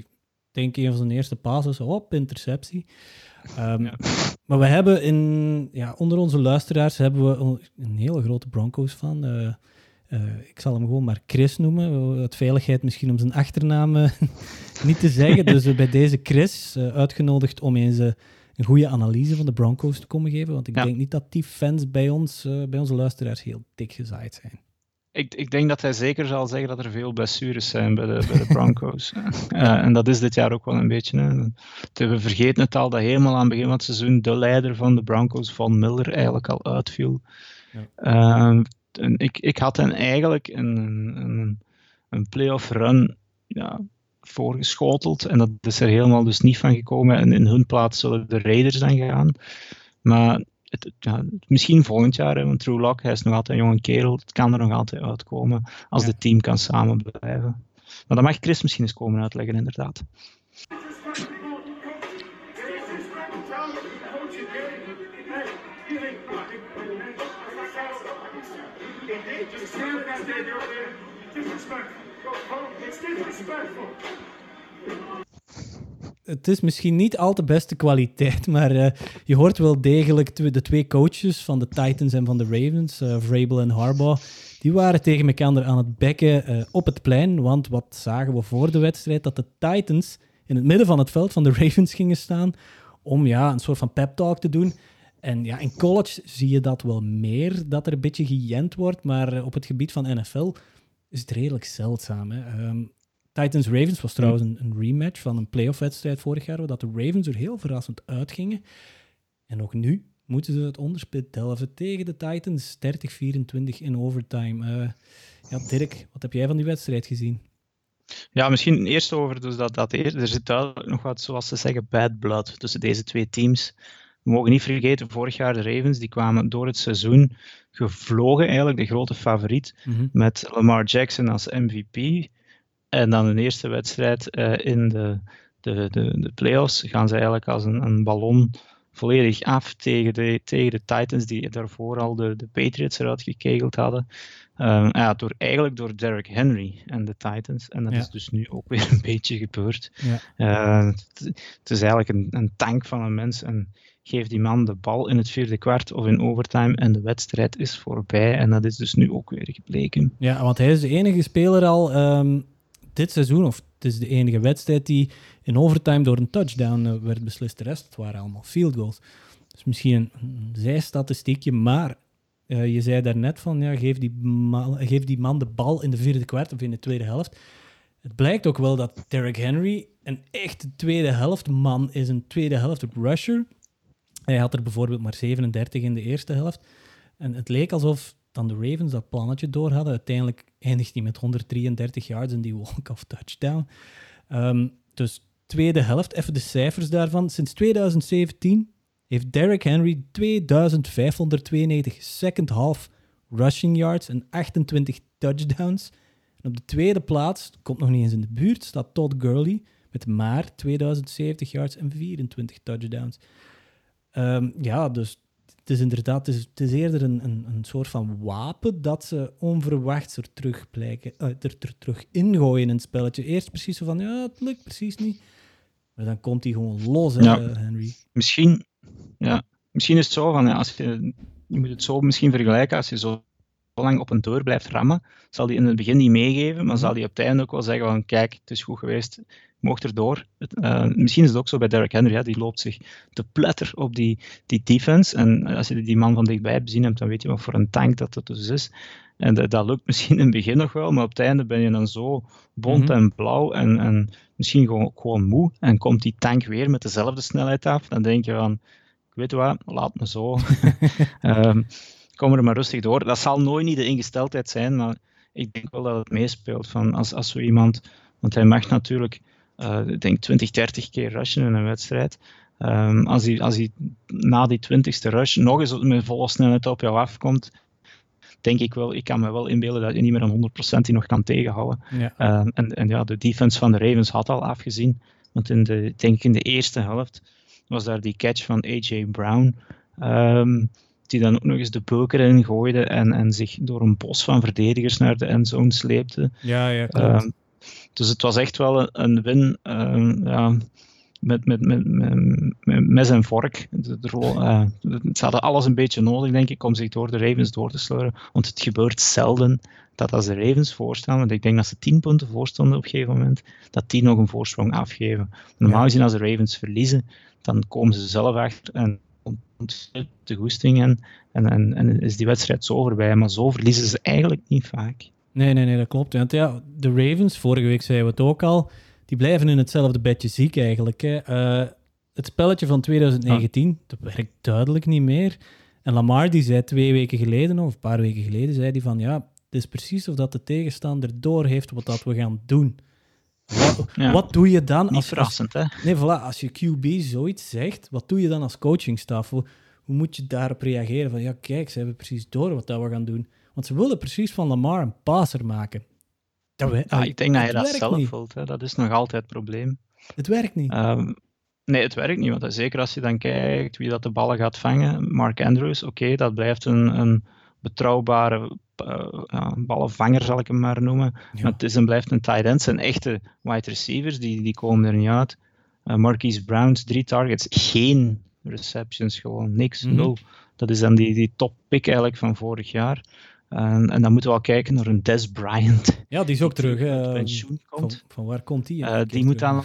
denk een van zijn eerste passes, interceptie. Maar we hebben onder onze luisteraars hebben we een hele grote Broncos-fan. Ik zal hem gewoon maar Chris noemen. Uit veiligheid misschien om zijn achternaam niet te zeggen. Dus bij deze Chris uitgenodigd om eens een goede analyse van de Broncos te komen geven. Want ik denk niet dat die fans bij onze luisteraars heel dik gezaaid zijn. Ik denk dat hij zeker zal zeggen dat er veel blessures zijn bij de Broncos. En dat is dit jaar ook wel een beetje. Hè. We vergeten het al dat helemaal aan het begin van het seizoen de leider van de Broncos, Von Miller, eigenlijk al uitviel. Ja. En ik had hen eigenlijk een playoff run voorgeschoteld. En dat is er helemaal dus niet van gekomen. En in hun plaats zullen de Raiders dan gaan. Maar misschien volgend jaar, hè, want Drew Lock, hij is nog altijd een jonge kerel. Het kan er nog altijd uitkomen als het team kan samen blijven. Maar dat mag Chris misschien eens komen uitleggen, inderdaad. Het is misschien niet al te beste kwaliteit, maar je hoort wel degelijk de twee coaches van de Titans en van de Ravens, Vrabel en Harbaugh, die waren tegen elkaar aan het bekken op het plein, want wat zagen we voor de wedstrijd? Dat de Titans in het midden van het veld van de Ravens gingen staan om een soort van pep talk te doen. En in college zie je dat wel meer, dat er een beetje gejent wordt, maar op het gebied van NFL is het redelijk zeldzaam. Hè? Titans-Ravens was trouwens een rematch van een playoff-wedstrijd vorig jaar, waar dat de Ravens er heel verrassend uitgingen. En ook nu moeten ze het onderspit delven tegen de Titans, 30-24 in overtime. Dirk, wat heb jij van die wedstrijd gezien? Ja, misschien eerst over dus er zit duidelijk nog wat, zoals ze zeggen, bad blood tussen deze twee teams. We mogen niet vergeten, vorig jaar de Ravens, die kwamen door het seizoen gevlogen, eigenlijk de grote favoriet, met Lamar Jackson als MVP. En dan de eerste wedstrijd in de playoffs gaan ze eigenlijk als een ballon volledig af tegen de Titans, die daarvoor al de Patriots eruit gekegeld hadden. Door Derrick Henry en de Titans. En dat is dus nu ook weer een beetje gebeurd. Ja. Het is eigenlijk een tank van een mens. En geef die man de bal in het vierde kwart of in overtime en de wedstrijd is voorbij. En dat is dus nu ook weer gebleken. Ja, want hij is de enige speler al dit seizoen, of het is de enige wedstrijd die in overtime door een touchdown werd beslist. De rest waren allemaal field goals. Dus misschien een zijstatistiekje, maar je zei daarnet van geef die man de bal in de vierde kwart of in de tweede helft. Het blijkt ook wel dat Derrick Henry een echte tweede helft man is, een tweede helft rusher. Hij had er bijvoorbeeld maar 37 in de eerste helft. En het leek alsof dan de Ravens dat plannetje door hadden. Uiteindelijk eindigt hij met 133 yards en die walk-off touchdown. Dus tweede helft, even de cijfers daarvan. Sinds 2017 heeft Derrick Henry 2592 second half rushing yards en 28 touchdowns. En op de tweede plaats, komt nog niet eens in de buurt, staat Todd Gurley met maar 2070 yards en 24 touchdowns. Dus het is inderdaad, het is eerder een soort van wapen dat ze onverwachts er terug ingooien in het spelletje. Eerst precies zo van, het lukt precies niet. Maar dan komt hij gewoon los, Henry. Misschien is het zo van, als je moet het zo misschien vergelijken, als je zo lang op een deur blijft rammen, zal hij in het begin niet meegeven, maar zal hij op het einde ook wel zeggen van, kijk, het is goed geweest, je mocht erdoor. Misschien is het ook zo bij Derrick Henry, die loopt zich te pletter op die defense. En als je die man van dichtbij bezien hebt, dan weet je wat voor een tank dat dus is. En dat lukt misschien in het begin nog wel, maar op het einde ben je dan zo bont en blauw en misschien gewoon moe. En komt die tank weer met dezelfde snelheid af, dan denk je van, ik weet wat, laat me zo. Kom er maar rustig door. Dat zal nooit niet de ingesteldheid zijn, maar ik denk wel dat het meespeelt van als zo iemand, want hij mag natuurlijk, ik denk 20, 30 keer rushen in een wedstrijd. Als hij na die 20ste rush nog eens met volle snelheid op jou afkomt, denk ik wel, ik kan me wel inbeelden dat je niet meer aan 100% die nog kan tegenhouden. Ja. De defense van de Ravens had al afgezien, want in de eerste helft was daar die catch van A.J. Brown, die dan ook nog eens de bulk erin gooide en zich door een bos van verdedigers naar de endzone sleepte. Ja, klopt. Dus het was echt wel een win met mes en vork. Ze hadden alles een beetje nodig, denk ik, om zich door de Ravens door te sleuren. Want het gebeurt zelden dat als de Ravens voorstaan, want ik denk dat ze 10 punten voorstonden op een gegeven moment, dat die nog een voorsprong afgeven. Normaal gezien, als de Ravens verliezen, dan komen ze zelf achter en komt de goesting en is die wedstrijd zo voorbij. Maar zo verliezen ze eigenlijk niet vaak. Nee, dat klopt. Want ja, de Ravens, vorige week zeiden we het ook al, die blijven in hetzelfde bedje ziek eigenlijk. Hè. Het spelletje van 2019, dat werkt duidelijk niet meer. En Lamar die zei 2 weken geleden, of een paar weken geleden, zei hij van ja, het is precies of dat de tegenstander doorheeft wat dat we gaan doen. Wat doe je dan? Niet verrassend, hè? Nee, voilà, als je QB zoiets zegt, wat doe je dan als coachingstaf? Hoe moet je daarop reageren? Van ja, kijk, ze hebben precies door wat dat we gaan doen. Want ze willen precies van Lamar een passer maken. Ik denk dat je dat zelf voelt. Hè. Dat is nog altijd het probleem. Het werkt niet. Nee, het werkt niet. Want zeker als je dan kijkt wie dat de ballen gaat vangen. Mark Andrews, oké, dat blijft een betrouwbare ballenvanger, zal ik hem maar noemen. Ja. Maar het is en blijft een tight end. Zijn echte wide receivers, die komen er niet uit. Marquise Brown, 3 targets, geen receptions, gewoon niks, 0. Dat is dan die top pick eigenlijk van vorig jaar. En dan moeten we al kijken naar een Dez Bryant. Ja, die is ook terug. Uit pensioen komt. Van waar komt die? Die moet dan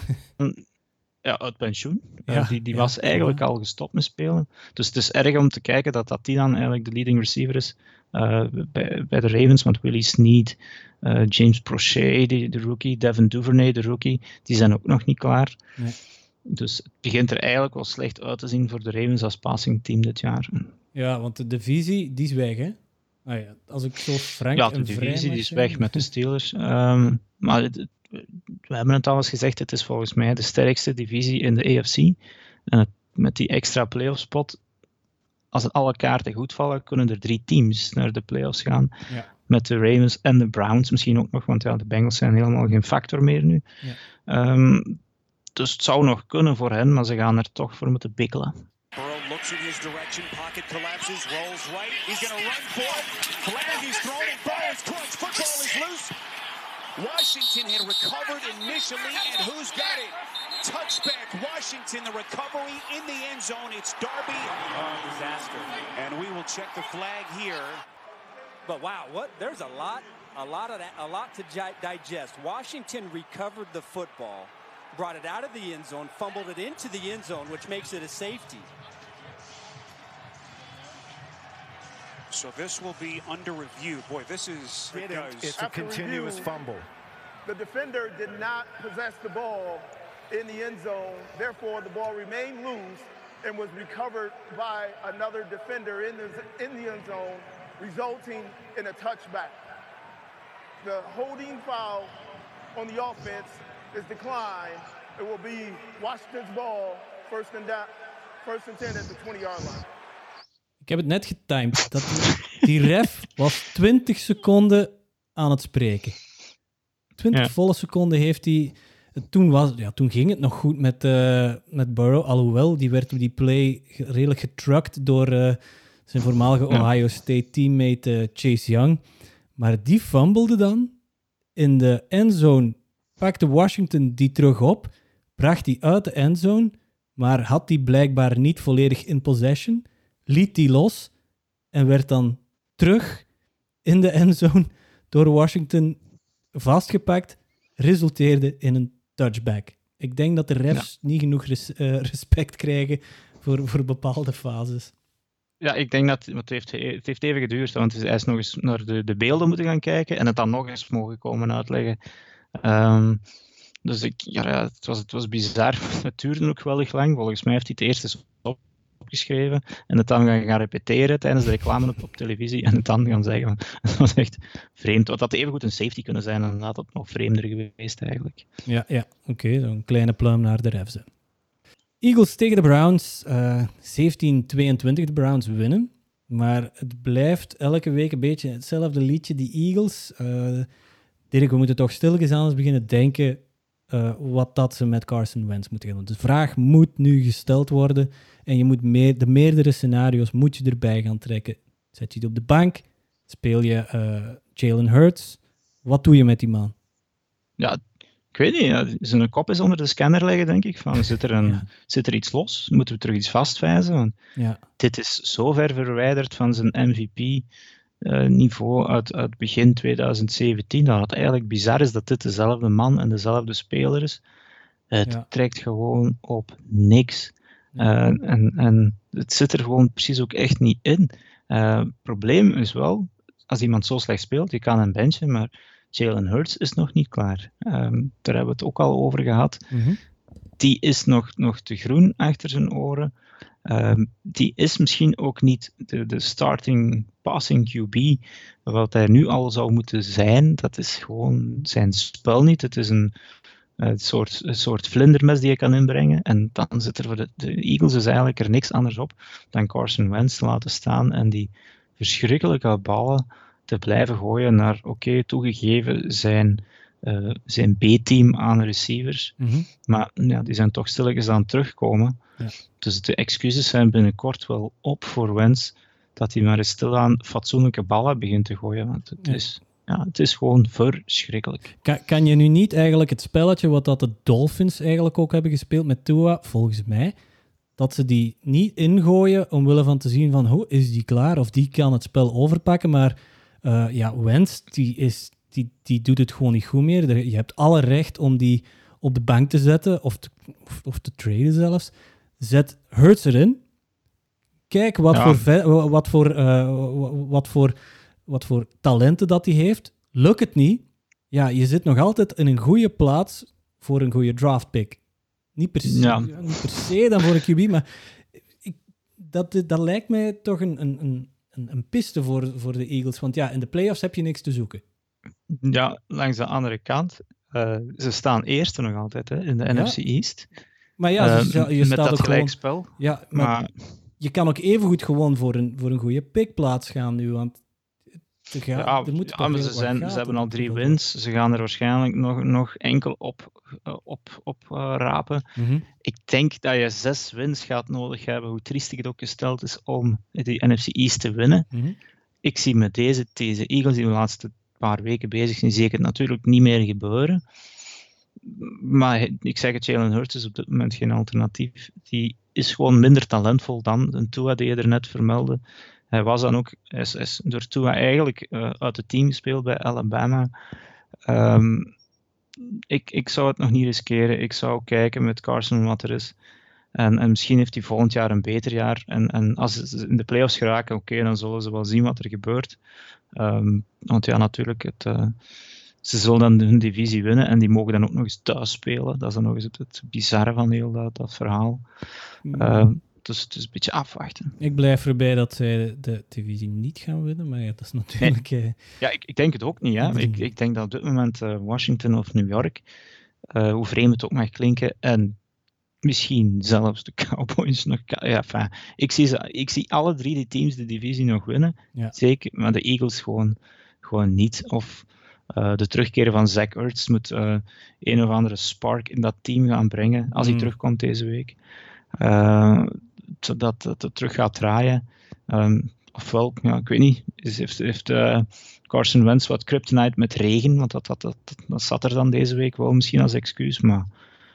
uit pensioen. Die was eigenlijk al gestopt met spelen. Dus het is erg om te kijken dat die dan eigenlijk de leading receiver is bij de Ravens. Want Willie Snead, James Prochet, de rookie, Devin Duvernay, de rookie, die zijn ook nog niet klaar. Nee. Dus het begint er eigenlijk wel slecht uit te zien voor de Ravens als passing team dit jaar. Ja, want de divisie, die is weg, hè? Ah ja, als ik zo frank de divisie die is weg met de Steelers. Maar we hebben het al eens gezegd, het is volgens mij de sterkste divisie in de AFC. En met die extra playoff spot, als het alle kaarten goed vallen, kunnen er 3 teams naar de playoffs gaan. Ja. Met de Ravens en de Browns misschien ook nog, want de Bengals zijn helemaal geen factor meer nu. Ja. Dus het zou nog kunnen voor hen, maar ze gaan er toch voor moeten bikkelen. Looks in his direction, pocket collapses, rolls right, he's going to run for it, flag, he's thrown it, ball is caught, football is loose. Washington had recovered initially, and who's got it? Touchback, Washington, the recovery in the end zone, it's Darby. Oh, disaster. And we will check the flag here. But wow, there's a lot to digest. Washington recovered the football, brought it out of the end zone, fumbled it into the end zone, which makes it a safety. So this will be under review. Boy, this is... It's a continuous fumble. The defender did not possess the ball in the end zone. Therefore, the ball remained loose and was recovered by another defender in the end zone, resulting in a touchback. The holding foul on the offense is declined. It will be Washington's ball, first and 10 at the 20-yard line. Ik heb het net getimed. Die ref was 20 seconden aan het spreken. 20 volle seconden heeft hij... Toen ging het nog goed met Burrow, alhoewel die werd op die play redelijk getruckt door zijn voormalige Ohio State teammate Chase Young. Maar die fumbelde dan in de endzone, pakte Washington die terug op, bracht die uit de endzone, maar had die blijkbaar niet volledig in possession, liet die los en werd dan terug in de endzone door Washington vastgepakt, resulteerde in een touchback. Ik denk dat de refs niet genoeg respect krijgen voor bepaalde fases. Ja, ik denk dat het heeft even geduurd, want hij is nog eens naar de beelden moeten gaan kijken en het dan nog eens mogen komen uitleggen. Dus het was bizar. Het duurde ook wel lang. Volgens mij heeft hij het eerst opgeschreven en het dan gaan repeteren tijdens de reclame op televisie en het dan gaan zeggen. Dat was echt vreemd. Het had evengoed een safety kunnen zijn en dan had het nog vreemder geweest eigenlijk. Ja, oké. Zo'n kleine pluim naar de refs. Eagles tegen de Browns. 17-22, de Browns winnen. Maar het blijft elke week een beetje hetzelfde liedje, die Eagles. Dirk, we moeten toch stilgezaan eens beginnen denken wat dat ze met Carson Wentz moeten gaan doen. De vraag moet nu gesteld worden en je moet de meerdere scenario's moet je erbij gaan trekken. Zet je het op de bank? Speel je Jalen Hurts? Wat doe je met die man? Ja, ik weet niet. Ja, zijn kop is onder de scanner liggen, denk ik. Van, zit er iets los? Moeten we terug iets vastvijzen? Want dit is zo ver verwijderd van zijn MVP-niveau uit begin 2017. Dat het eigenlijk bizar is dat dit dezelfde man en dezelfde speler is. Het trekt gewoon op niks. En het zit er gewoon precies ook echt niet in. Het probleem is wel, als iemand zo slecht speelt, je kan hem benchen, maar Jalen Hurts is nog niet klaar. Daar hebben we het ook al over gehad. Mm-hmm. Die is nog te groen achter zijn oren. Die is misschien ook niet de starting passing QB, wat hij nu al zou moeten zijn. Dat is gewoon zijn spel niet. Het is een soort vlindermes die je kan inbrengen. En dan zit er voor de Eagles dus eigenlijk er niks anders op dan Carson Wentz te laten staan en die verschrikkelijke ballen te blijven gooien naar, toegegeven zijn B-team aan receivers. Mm-hmm. Maar ja, die zijn toch stilletjes aan het terugkomen. Ja. Dus de excuses zijn binnenkort wel op voor Wentz dat hij maar eens stilaan fatsoenlijke ballen begint te gooien. Want het is gewoon verschrikkelijk. Kan je nu niet eigenlijk het spelletje wat dat de Dolphins eigenlijk ook hebben gespeeld met Tua, volgens mij, dat ze die niet ingooien omwille van te zien van, hoe is die klaar? Of die kan het spel overpakken, maar Wentz, die doet het gewoon niet goed meer. Je hebt alle recht om die op de bank te zetten of te traden zelfs. Zet Hurts erin. Kijk wat voor talenten dat hij heeft. Lukt het niet? Ja, je zit nog altijd in een goede plaats voor een goede draftpick. Niet per se dan voor een QB, maar dat lijkt mij toch een piste voor de Eagles. Want in de playoffs heb je niks te zoeken. Ja, langs de andere kant. Ze staan eerste nog altijd in de NFC East. Maar je met staat dat ook gelijkspel. Gewoon, ja, maar je kan ook evengoed gewoon voor een goede pickplaats gaan nu, want ze hebben al 3 wins. Ze gaan er waarschijnlijk nog enkel op rapen. Mm-hmm. Ik denk dat je 6 wins gaat nodig hebben, hoe triestig het ook gesteld is, om de NFC East te winnen. Mm-hmm. Ik zie met deze Eagles die de laatste paar weken bezig zijn, zie ik het natuurlijk niet meer gebeuren. Maar ik zeg het, Jalen Hurts is op dit moment geen alternatief. Die is gewoon minder talentvol dan een Tua die je er net vermeldde. Hij was dan ook, is door Tua eigenlijk uit het team gespeeld bij Alabama. Ik zou het nog niet riskeren. Ik zou kijken met Carson wat er is. En misschien heeft hij volgend jaar een beter jaar. En als ze in de playoffs geraken, dan zullen ze wel zien wat er gebeurt. Want natuurlijk, ze zullen dan hun divisie winnen en die mogen dan ook nog eens thuis spelen. Dat is dan nog eens het bizarre van heel dat verhaal. Dus het is een beetje afwachten. Ik blijf erbij dat zij de divisie niet gaan winnen, maar dat is natuurlijk... Ja, ik denk het ook niet. Hè. Ik denk dat op dit moment Washington of New York, hoe vreemd het ook mag klinken, en misschien zelfs de Cowboys nog... Ik zie alle 3 die teams de divisie nog winnen, zeker, maar de Eagles gewoon niet. Of de terugkeren van Zach Ertz moet een of andere spark in dat team gaan brengen, als hij terugkomt deze week. Zodat het terug gaat draaien. Ofwel, ik weet niet, heeft Carson Wentz wat kryptonite met regen, want dat zat er dan deze week wel misschien als excuus, maar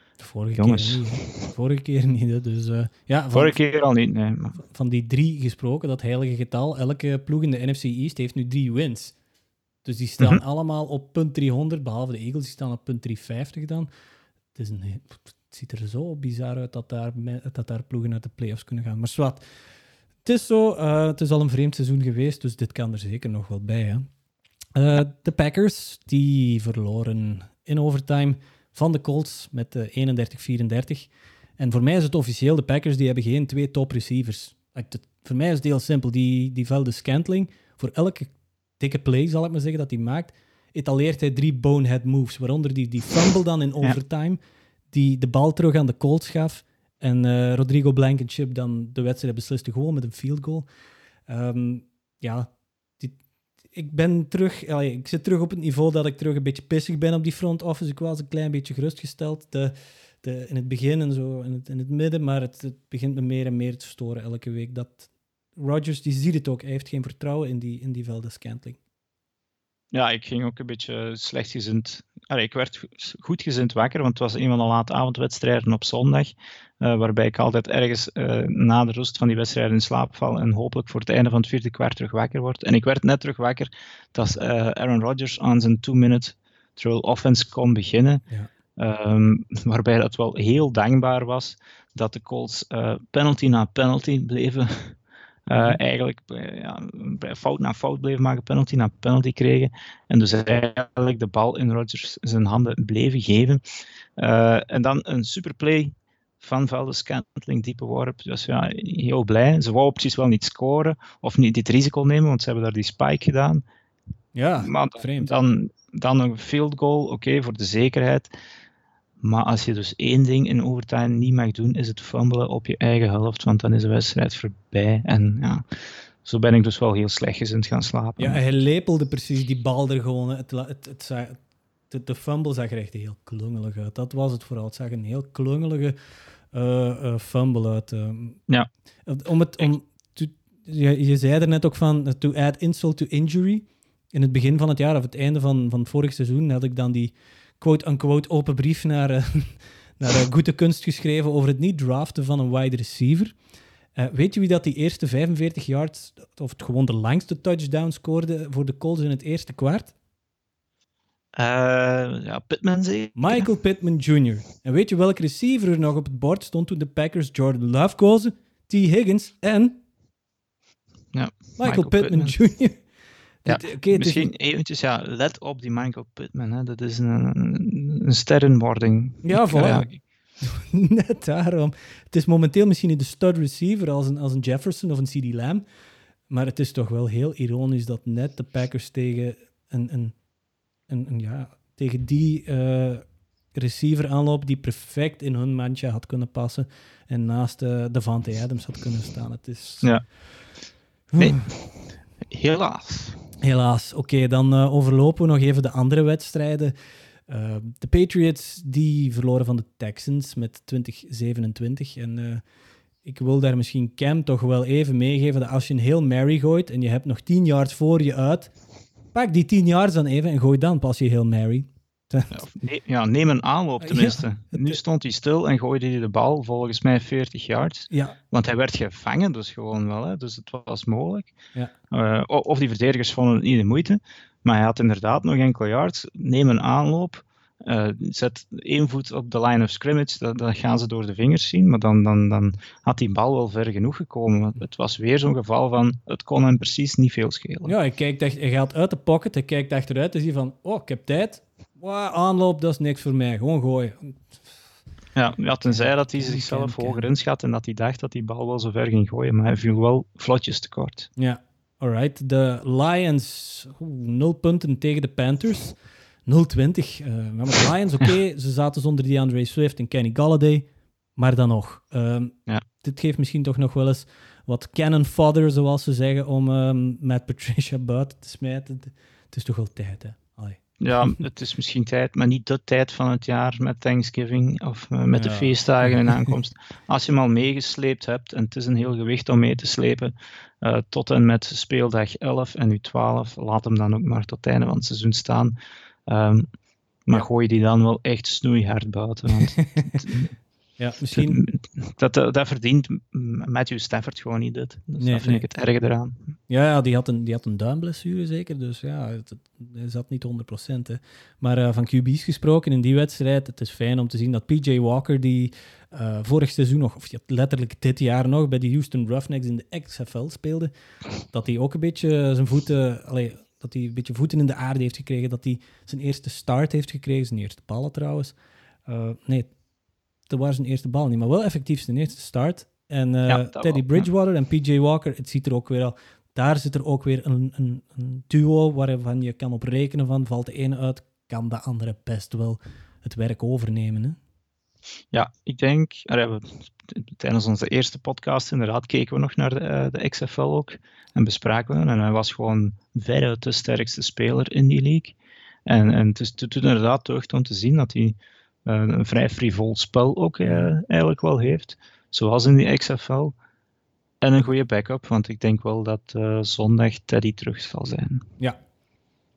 Vorige keer niet. Hè. Dus, vorige keer al niet, nee. Maar. Van die 3 gesproken, dat heilige getal, elke ploeg in de NFC East heeft nu 3 wins. Dus die staan allemaal op punt 300, behalve de Eagles, die staan op punt 350 dan. Het ziet er zo bizar uit dat daar ploegen uit de playoffs kunnen gaan. Maar zwart, het is zo. Het is al een vreemd seizoen geweest, dus dit kan er zeker nog wel bij. Hè. De Packers, die verloren in overtime van de Colts met 31-34. En voor mij is het officieel, de Packers die hebben geen 2 top receivers. Voor mij is het heel simpel. Die Valdes-Scantling, voor elke dikke play, zal ik maar zeggen, dat hij maakt, etaleert hij 3 bonehead moves, waaronder die fumble dan in overtime, die de bal terug aan de Colts gaf en Rodrigo Blankenship dan de wedstrijd besliste gewoon met een field goal. Ik ben terug, ik zit terug op het niveau dat ik terug een beetje pissig ben op die front office. Ik was een klein beetje gerustgesteld in het begin en zo in het midden, maar het begint me meer en meer te storen elke week. Dat Rodgers, die ziet het ook, hij heeft geen vertrouwen in die Valdes-Scantling. Ja, ik ging ook een beetje slechtgezind. Ik werd goedgezind wakker, want het was een van de late avondwedstrijden op zondag. Waarbij ik altijd ergens na de rust van die wedstrijden in slaap val en hopelijk voor het einde van het vierde kwart terug wakker word. En ik werd net terug wakker dat Aaron Rodgers aan zijn 2-minute drill offense kon beginnen. Ja. Waarbij dat wel heel dankbaar was dat de Colts penalty na penalty bleven. Eigenlijk fout na fout bleven maken, penalty na penalty kregen. En dus eigenlijk de bal in Rodgers zijn handen bleven geven. En dan een superplay van Valdes-Scantling, diepe worp. Dus ja, heel blij. Ze wou precies wel niet scoren of niet dit risico nemen, want ze hebben daar die spike gedaan. Ja, maar vreemd. Dan een field goal, oké, voor de zekerheid. Maar als je dus één ding in overtime niet mag doen, is het fumbelen op je eigen helft, want dan is de wedstrijd voorbij. En ja, zo ben ik dus wel heel slechtgezind gaan slapen. Ja, hij lepelde precies die bal er gewoon. De fumble zag er echt heel klungelig uit. Dat was het vooral. Het zag een heel klungelige fumble uit. Ja. Je zei er net ook van, to add insult to injury. In het begin van het jaar, of het einde van het vorig seizoen, had ik dan die quote-unquote open brief naar Goede Kunst geschreven over het niet draften van een wide receiver. Weet je wie dat die eerste 45 yards, of het gewoon de langste touchdown scoorde voor de Colts in het eerste kwart? Pittman zeker? Michael Pittman Jr. En weet je welke receiver er nog op het bord stond toen de Packers Jordan Love kozen? T. Higgins en Michael Pittman Jr. Ja, misschien eventjes, let op die Michael Pittman. Hè. Dat is een sterrenwording. Ja, voilà. Net daarom. Het is momenteel misschien de stud receiver als een Jefferson of een C.D. Lamb. Maar het is toch wel heel ironisch dat net de Packers tegen tegen die receiver aanlopen die perfect in hun mandje had kunnen passen en naast Davante Adams had kunnen staan. Het is... Ja. Nee, helaas. Helaas. Oké, dan overlopen we nog even de andere wedstrijden. De Patriots die verloren van de Texans met 20-27. En ik wil daar misschien Cam toch wel even meegeven dat als je een Hail Mary gooit en je hebt nog 10 yards voor je uit, pak die 10 yards dan even en gooi dan pas je Hail Mary. Neem een aanloop tenminste. Ja, nu stond hij stil en gooide hij de bal volgens mij 40 yards. Ja. Want hij werd gevangen, dus gewoon wel. Hè. Dus het was mogelijk. Ja. Of die verdedigers vonden het niet de moeite. Maar hij had inderdaad nog enkele yards. Neem een aanloop. Zet 1 voet op de line of scrimmage. Dat gaan ze door de vingers zien. Maar dan had die bal wel ver genoeg gekomen. Het was weer zo'n geval van... Het kon hem precies niet veel schelen. Ja, hij gaat uit de pocket. Hij kijkt achteruit en ziet van... Oh, ik heb tijd. Wow, aanloop, dat is niks voor mij. Gewoon gooien. Ja, tenzij dat hij zichzelf hoger inschat en dat hij dacht dat die bal wel zo ver ging gooien. Maar hij viel wel vlotjes tekort. Ja, alright. De Lions, 0 punten tegen de Panthers. 0-20. Maar de Lions, oké, ze zaten zonder DeAndre Swift en Kenny Golladay. Maar dan nog. Dit geeft misschien toch nog wel eens wat cannon fodder, zoals ze zeggen, om met Patricia buiten te smijten. Het is toch wel tijd, hè? Allee. Ja, het is misschien tijd, maar niet de tijd van het jaar met Thanksgiving of met de feestdagen in aankomst. Als je hem al meegesleept hebt, en het is een heel gewicht om mee te slepen, tot en met speeldag 11 en nu 12, laat hem dan ook maar tot het einde van het seizoen staan. Maar gooi die dan wel echt snoeihard buiten. Want ja, misschien... dat verdient Matthew Stafford gewoon niet. Dat vind ik het erge eraan. Ja, die had een duimblessure zeker. Dus ja, hij zat niet 100%. Hè. Maar van QB's gesproken in die wedstrijd, het is fijn om te zien dat PJ Walker, die vorig seizoen nog, of letterlijk dit jaar nog, bij de Houston Roughnecks in de XFL speelde, dat hij ook een beetje zijn voeten... dat hij een beetje voeten in de aarde heeft gekregen, dat hij zijn eerste start heeft gekregen, zijn eerste ballen trouwens. Dat was zijn eerste bal niet, maar wel effectief zijn eerste start. En Teddy Bridgewater en PJ Walker, het ziet er ook weer al... Daar zit er ook weer een duo waarvan je kan op rekenen van, valt de ene uit, kan de andere best wel het werk overnemen. Hè? Ja, ik denk... Tijdens onze eerste podcast inderdaad keken we nog naar de XFL ook en bespraken we. En hij was gewoon veruit de sterkste speler in die league. En het is inderdaad deugd om te zien dat hij een vrij frivol spel ook eigenlijk wel heeft. Zoals in die XFL. En een goede backup, want ik denk wel dat zondag Teddy terug zal zijn. Ja.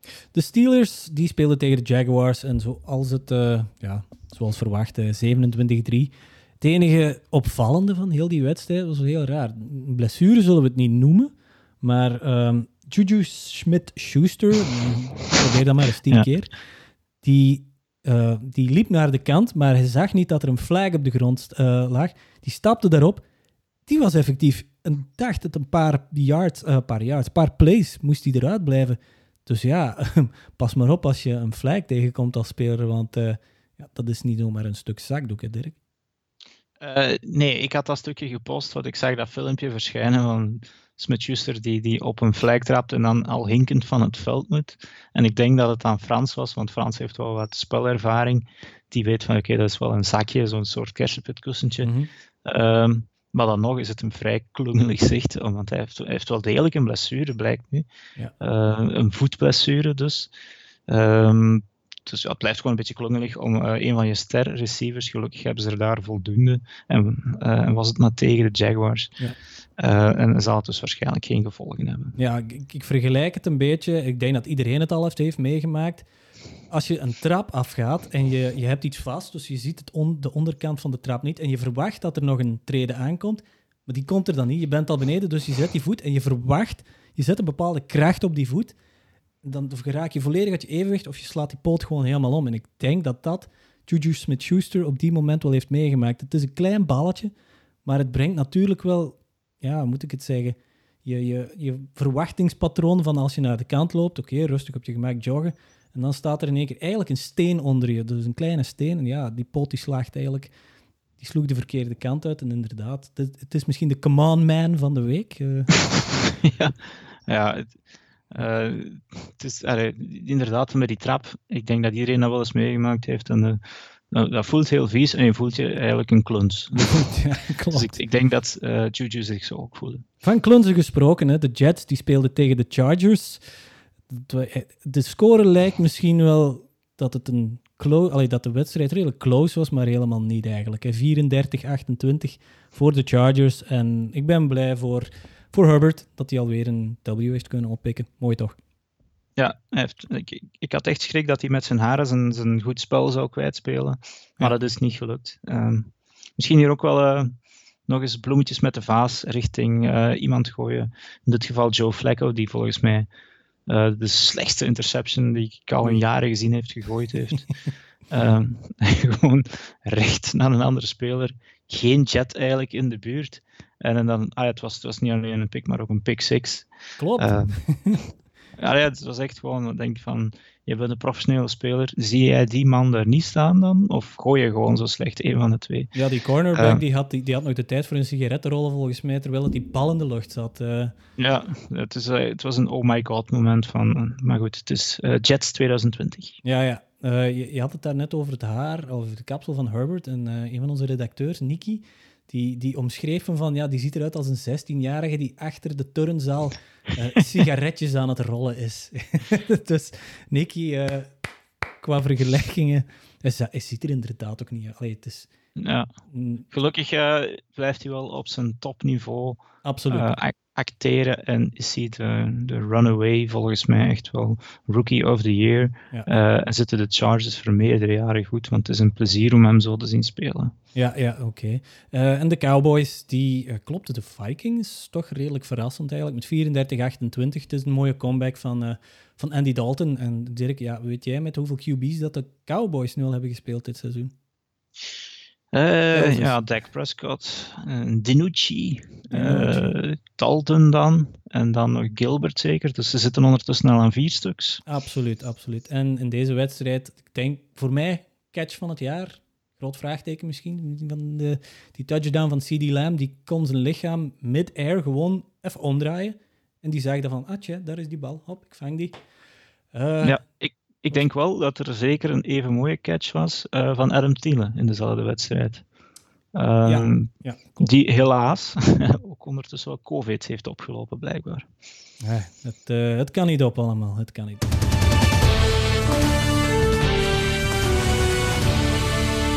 De Steelers die spelen tegen de Jaguars en zoals zoals verwacht, 27-3. Het enige opvallende van heel die wedstrijd was heel raar. Een blessure zullen we het niet noemen, maar Juju Smith-Schuster, probeer dat maar eens 10 keer, die liep naar de kant, maar hij zag niet dat er een flag op de grond lag. Die stapte daarop. Die was effectief, dacht het een paar plays moest hij eruit blijven. Dus ja, pas maar op als je een flag tegenkomt als speler, want dat is niet zomaar een stuk zakdoek, hè, Dirk? Nee, ik had dat stukje gepost, want ik zag dat filmpje verschijnen van Smith-Schuster die op een flag trapt en dan al hinkend van het veld moet. En ik denk dat het aan Frans was, want Frans heeft wel wat spelervaring. Die weet van, oké, dat is wel een zakje, zo'n soort kersenpitkussentje. Mm-hmm. Maar dan nog is het een vrij klungelig zicht, want hij heeft wel degelijk een blessure, blijkt nu. Ja. Een voetblessure dus. Dus ja, het blijft gewoon een beetje klungelig om een van je ster-receivers, gelukkig hebben ze er daar voldoende, en was het maar tegen de Jaguars. Ja. En zal het dus waarschijnlijk geen gevolgen hebben. Ja, ik vergelijk het een beetje, ik denk dat iedereen het al heeft meegemaakt. Als je een trap afgaat en je hebt iets vast, dus je ziet de onderkant van de trap niet en je verwacht dat er nog een trede aankomt, maar die komt er dan niet. Je bent al beneden, dus je zet die voet en je zet een bepaalde kracht op die voet. Dan raak je volledig uit je evenwicht of je slaat die poot gewoon helemaal om. En ik denk dat Juju Smith-Schuster op die moment wel heeft meegemaakt. Het is een klein balletje, maar het brengt natuurlijk wel, ja, hoe moet ik het zeggen, je verwachtingspatroon van als je naar de kant loopt, oké, rustig op je gemak joggen, en dan staat er in één keer eigenlijk een steen onder je. Dus een kleine steen. En ja, die poot die slaagt eigenlijk, die sloeg de verkeerde kant uit. En inderdaad, het is misschien de come on man van de week. Het is inderdaad met die trap. Ik denk dat iedereen dat wel eens meegemaakt heeft. En dat voelt heel vies en je voelt je eigenlijk een kluns. Ja, klopt. Dus ik denk dat Juju zich zo ook voelde. Van klunzen gesproken, hè, de Jets die speelden tegen de Chargers. De score lijkt misschien wel dat het dat de wedstrijd redelijk close was, maar helemaal niet eigenlijk. 34-28 voor de Chargers. En ik ben blij voor Herbert dat hij alweer een W heeft kunnen oppikken. Mooi toch? Ja, ik had echt schrik dat hij met zijn haren zijn goed spel zou kwijtspelen. Maar dat is niet gelukt. Misschien hier ook wel nog eens bloemetjes met de vaas richting iemand gooien. In dit geval Joe Flacco, die volgens mij de slechtste interception die ik al in jaren gezien gegooid heeft. Gewoon recht naar een andere speler. Geen jet eigenlijk in de buurt. En dan, het was niet alleen een pick, maar ook een pick 6. Klopt. Het was echt gewoon, ik denk van, je bent een professionele speler. Zie jij die man daar niet staan dan? Of gooi je gewoon zo slecht een van de twee? Ja, die cornerback die had nog de tijd voor een sigaret te rollen volgens mij, terwijl het die bal in de lucht zat. Ja, het was een oh my god moment van, maar goed, het is Jets 2020. Ja. Je had het daar net over het haar, over de kapsel van Herbert. En een van onze redacteurs, Nicky, die omschreef hem van, die ziet eruit als een 16-jarige die achter de turnzaal sigaretjes aan het rollen is. Dus Nicky, qua vergelijkingen, hij ziet er inderdaad ook niet uit. Het is... Ja, gelukkig blijft hij wel op zijn topniveau. Absoluut. Acteren en is hij de runaway volgens mij echt wel Rookie of the Year. Ja. En zitten de Chargers voor meerdere jaren goed, want het is een plezier om hem zo te zien spelen. Ja, oké. En de Cowboys, die klopten de Vikings toch redelijk verrassend eigenlijk, met 34-28. Het is een mooie comeback van Andy Dalton. En Dirk, weet jij met hoeveel QB's dat de Cowboys nu al hebben gespeeld dit seizoen? Dak Prescott, Dinucci, Dalton dan, en dan nog Gilbert zeker. Dus ze zitten ondertussen al aan 4 stuks. Absoluut. En in deze wedstrijd, ik denk voor mij, catch van het jaar, groot vraagteken misschien, van die touchdown van C.D. Lamb, die kon zijn lichaam mid-air gewoon even omdraaien. En die zag dan van, daar is die bal, hop, ik vang die. Ik denk wel dat er zeker een even mooie catch was van Adam Thielen in dezelfde wedstrijd. Die helaas ook ondertussen wel COVID heeft opgelopen, blijkbaar. Het kan niet op allemaal, het kan niet.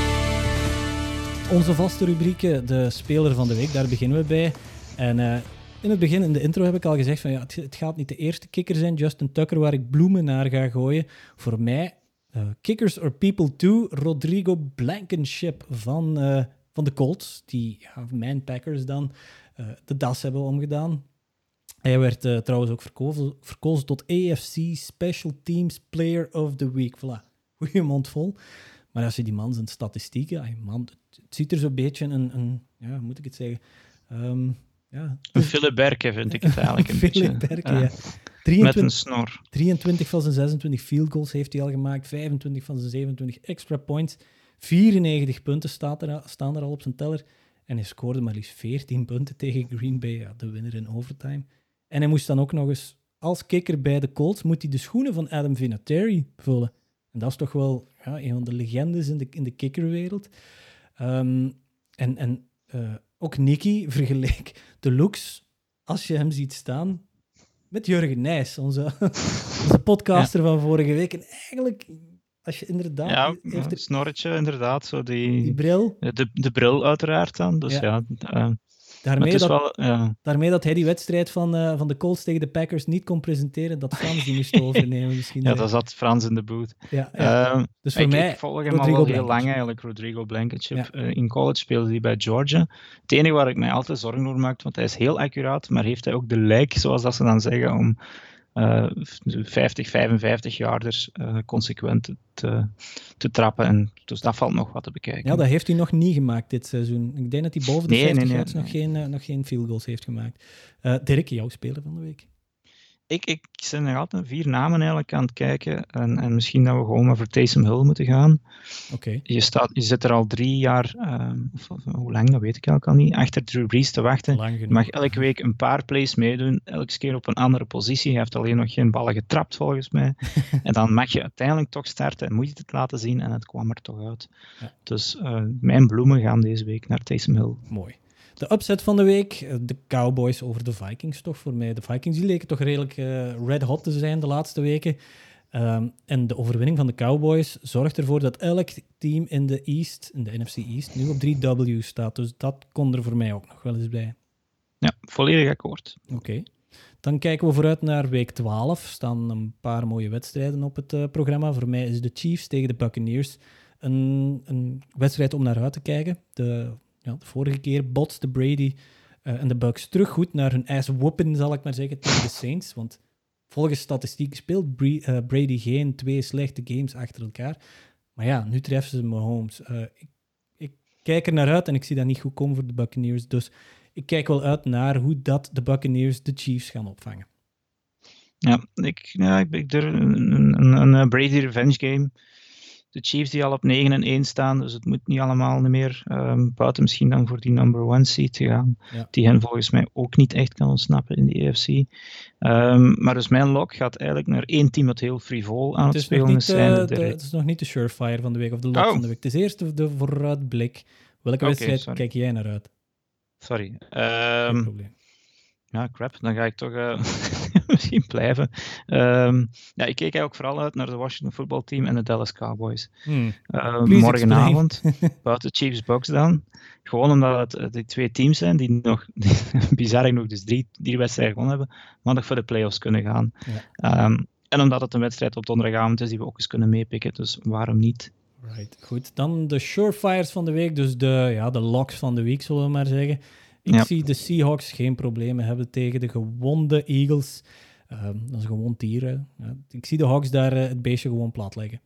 Onze vaste rubrieken, de speler van de week, daar beginnen we bij. En in het begin, in de intro, heb ik al gezegd van het gaat niet de eerste kicker zijn, Justin Tucker, waar ik bloemen naar ga gooien. Voor mij, kickers are people too. Rodrigo Blankenship van de Colts, die mijn Packers dan de das hebben omgedaan. Hij werd trouwens ook verkozen tot AFC Special Teams Player of the Week. Voilà, goeie mond vol. Maar als je die man zijn statistieken... het ziet er zo'n beetje hoe moet ik het zeggen? Een Philip Berke vind ik het eigenlijk een beetje. Philip Berke, ja. Met een snor. 23 van zijn 26 field goals heeft hij al gemaakt. 25 van zijn 27 extra points. 94 punten staan er al op zijn teller. En hij scoorde maar liefst 14 punten tegen Green Bay. De winnaar in overtime. En hij moest dan ook nog eens... Als kicker bij de Colts moet hij de schoenen van Adam Vinatieri vullen. En dat is toch wel een van de legendes in de kickerwereld. Ook Nicky vergeleek de looks, als je hem ziet staan, met Jurgen Nijs, onze podcaster van vorige week. En eigenlijk, als je inderdaad... Ja, een snorretje, inderdaad. Zo die bril. De bril uiteraard dan. Dus Daarmee dat hij die wedstrijd van de Colts tegen de Packers niet kon presenteren, dat Frans die moest overnemen misschien. Ja, dat zat Frans in de boot. Dus voor mij, ik volg hem al wel heel lang eigenlijk, Rodrigo Blankenship. In college speelde hij bij Georgia. Het enige waar ik mij altijd zorgen over maak, want hij is heel accuraat, maar heeft hij ook de lijk, zoals dat ze dan zeggen, om 50, 55-yarders consequent te trappen. En dus dat valt nog wat te bekijken. Ja, dat heeft hij nog niet gemaakt dit seizoen. Ik denk dat hij boven de 50 yards nog geen field goals heeft gemaakt. Dirk, jouw speler van de week? Ik ben nog altijd 4 namen eigenlijk aan het kijken. En misschien dat we gewoon maar voor Taysom Hill moeten gaan. Okay. Je zit er al 3 jaar, hoe lang, dat weet ik eigenlijk al niet, achter Drew Brees te wachten. Je mag elke week een paar plays meedoen, elke keer op een andere positie. Hij heeft alleen nog geen ballen getrapt, volgens mij. En dan mag je uiteindelijk toch starten en moet je het laten zien. En het kwam er toch uit. Ja. Dus mijn bloemen gaan deze week naar Taysom Hill. Mooi. De upset van de week, de Cowboys over de Vikings toch voor mij. De Vikings die leken toch redelijk red hot te zijn de laatste weken. En de overwinning van de Cowboys zorgt ervoor dat elk team in de NFC East, nu op 3 W staat. Dus dat kon er voor mij ook nog wel eens bij. Ja, volledig akkoord. Oké. Dan kijken we vooruit naar week 12. Er staan een paar mooie wedstrijden op het programma. Voor mij is de Chiefs tegen de Buccaneers een wedstrijd om naar uit te kijken. De vorige keer botste Brady en de Bucs terug goed naar hun ass-whooping, zal ik maar zeggen, tegen de Saints. Want volgens statistieken speelt Brady geen 2 slechte games achter elkaar. Maar ja, nu treffen ze Mahomes. Ik kijk er naar uit en ik zie dat niet goed komen voor de Buccaneers. Dus ik kijk wel uit naar hoe dat de Buccaneers de Chiefs gaan opvangen. Ja, ik durf een Brady revenge game. De Chiefs die al op 9-1 staan, dus het moet niet allemaal meer buiten misschien dan voor die number 1 seed te gaan. Ja. Die hen volgens mij ook niet echt kan ontsnappen in de AFC. Maar dus mijn lock gaat eigenlijk naar 1 team dat heel frivol aan het spelen is. Het is nog niet de surefire van de week of de lock van de week. Het is eerst de vooruitblik. Welke wedstrijd kijk jij naar uit? Sorry. Geen probleem. Ja, crap. Dan ga ik toch misschien blijven. Ik keek eigenlijk vooral uit naar de Washington voetbalteam en de Dallas Cowboys. Morgenavond, buiten Chiefs Bucks dan. Gewoon omdat het die 2 teams zijn die nog, bizar genoeg, dus 3 wedstrijden gewonnen hebben, maar nog voor de playoffs kunnen gaan. Ja. En omdat het een wedstrijd op donderdagavond is die we ook eens kunnen meepikken, dus waarom niet? Right, goed. Dan de surefires van de week, dus de locks van de week, zullen we maar zeggen. Ik zie de Seahawks geen problemen hebben tegen de gewonde Eagles. Dat is een gewoon tier. Ik zie de Hawks daar het beestje gewoon plat leggen.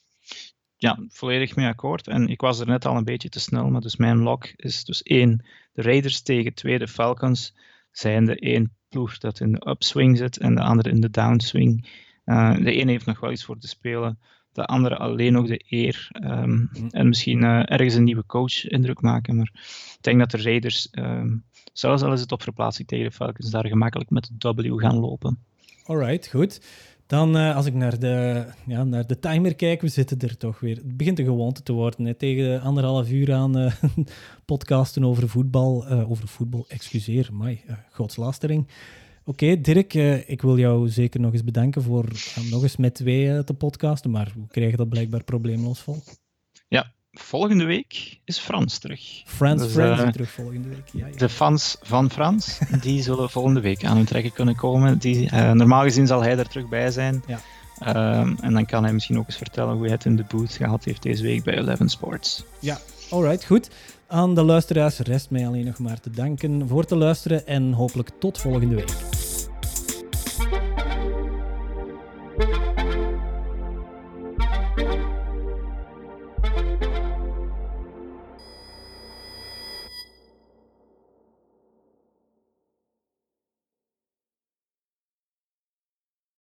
Ja, volledig mee akkoord. En ik was er net al een beetje te snel, maar dus mijn lock is dus 1, de Raiders tegen 2, de Falcons. Zijn de 1 ploeg dat in de upswing zit en de andere in de downswing. De ene heeft nog wel iets voor te spelen. De andere alleen nog de eer. En misschien ergens een nieuwe coach indruk maken. Maar ik denk dat de Raiders, zelfs al is het op verplaatsing tegen de Falcons, daar gemakkelijk met de W gaan lopen. Alright, goed. Dan als ik naar de timer kijk, we zitten er toch weer. Het begint een gewoonte te worden. Hè. Tegen 1,5 uur aan podcasten over voetbal. Excuseer, amai, godslastering. Oké, Dirk, ik wil jou zeker nog eens bedanken voor nog eens met 2 te podcasten, maar we krijgen dat blijkbaar probleemloos vol. Ja, volgende week is Frans terug. Frans is terug volgende week. Ja. De fans van Frans, die zullen volgende week aan hun trekken kunnen komen. Normaal gezien zal hij er terug bij zijn. Ja. En dan kan hij misschien ook eens vertellen hoe hij het in de booth gehad heeft deze week bij 11 Sports. Ja, alright, goed. Aan de luisteraars rest mij alleen nog maar te danken voor te luisteren en hopelijk tot volgende week.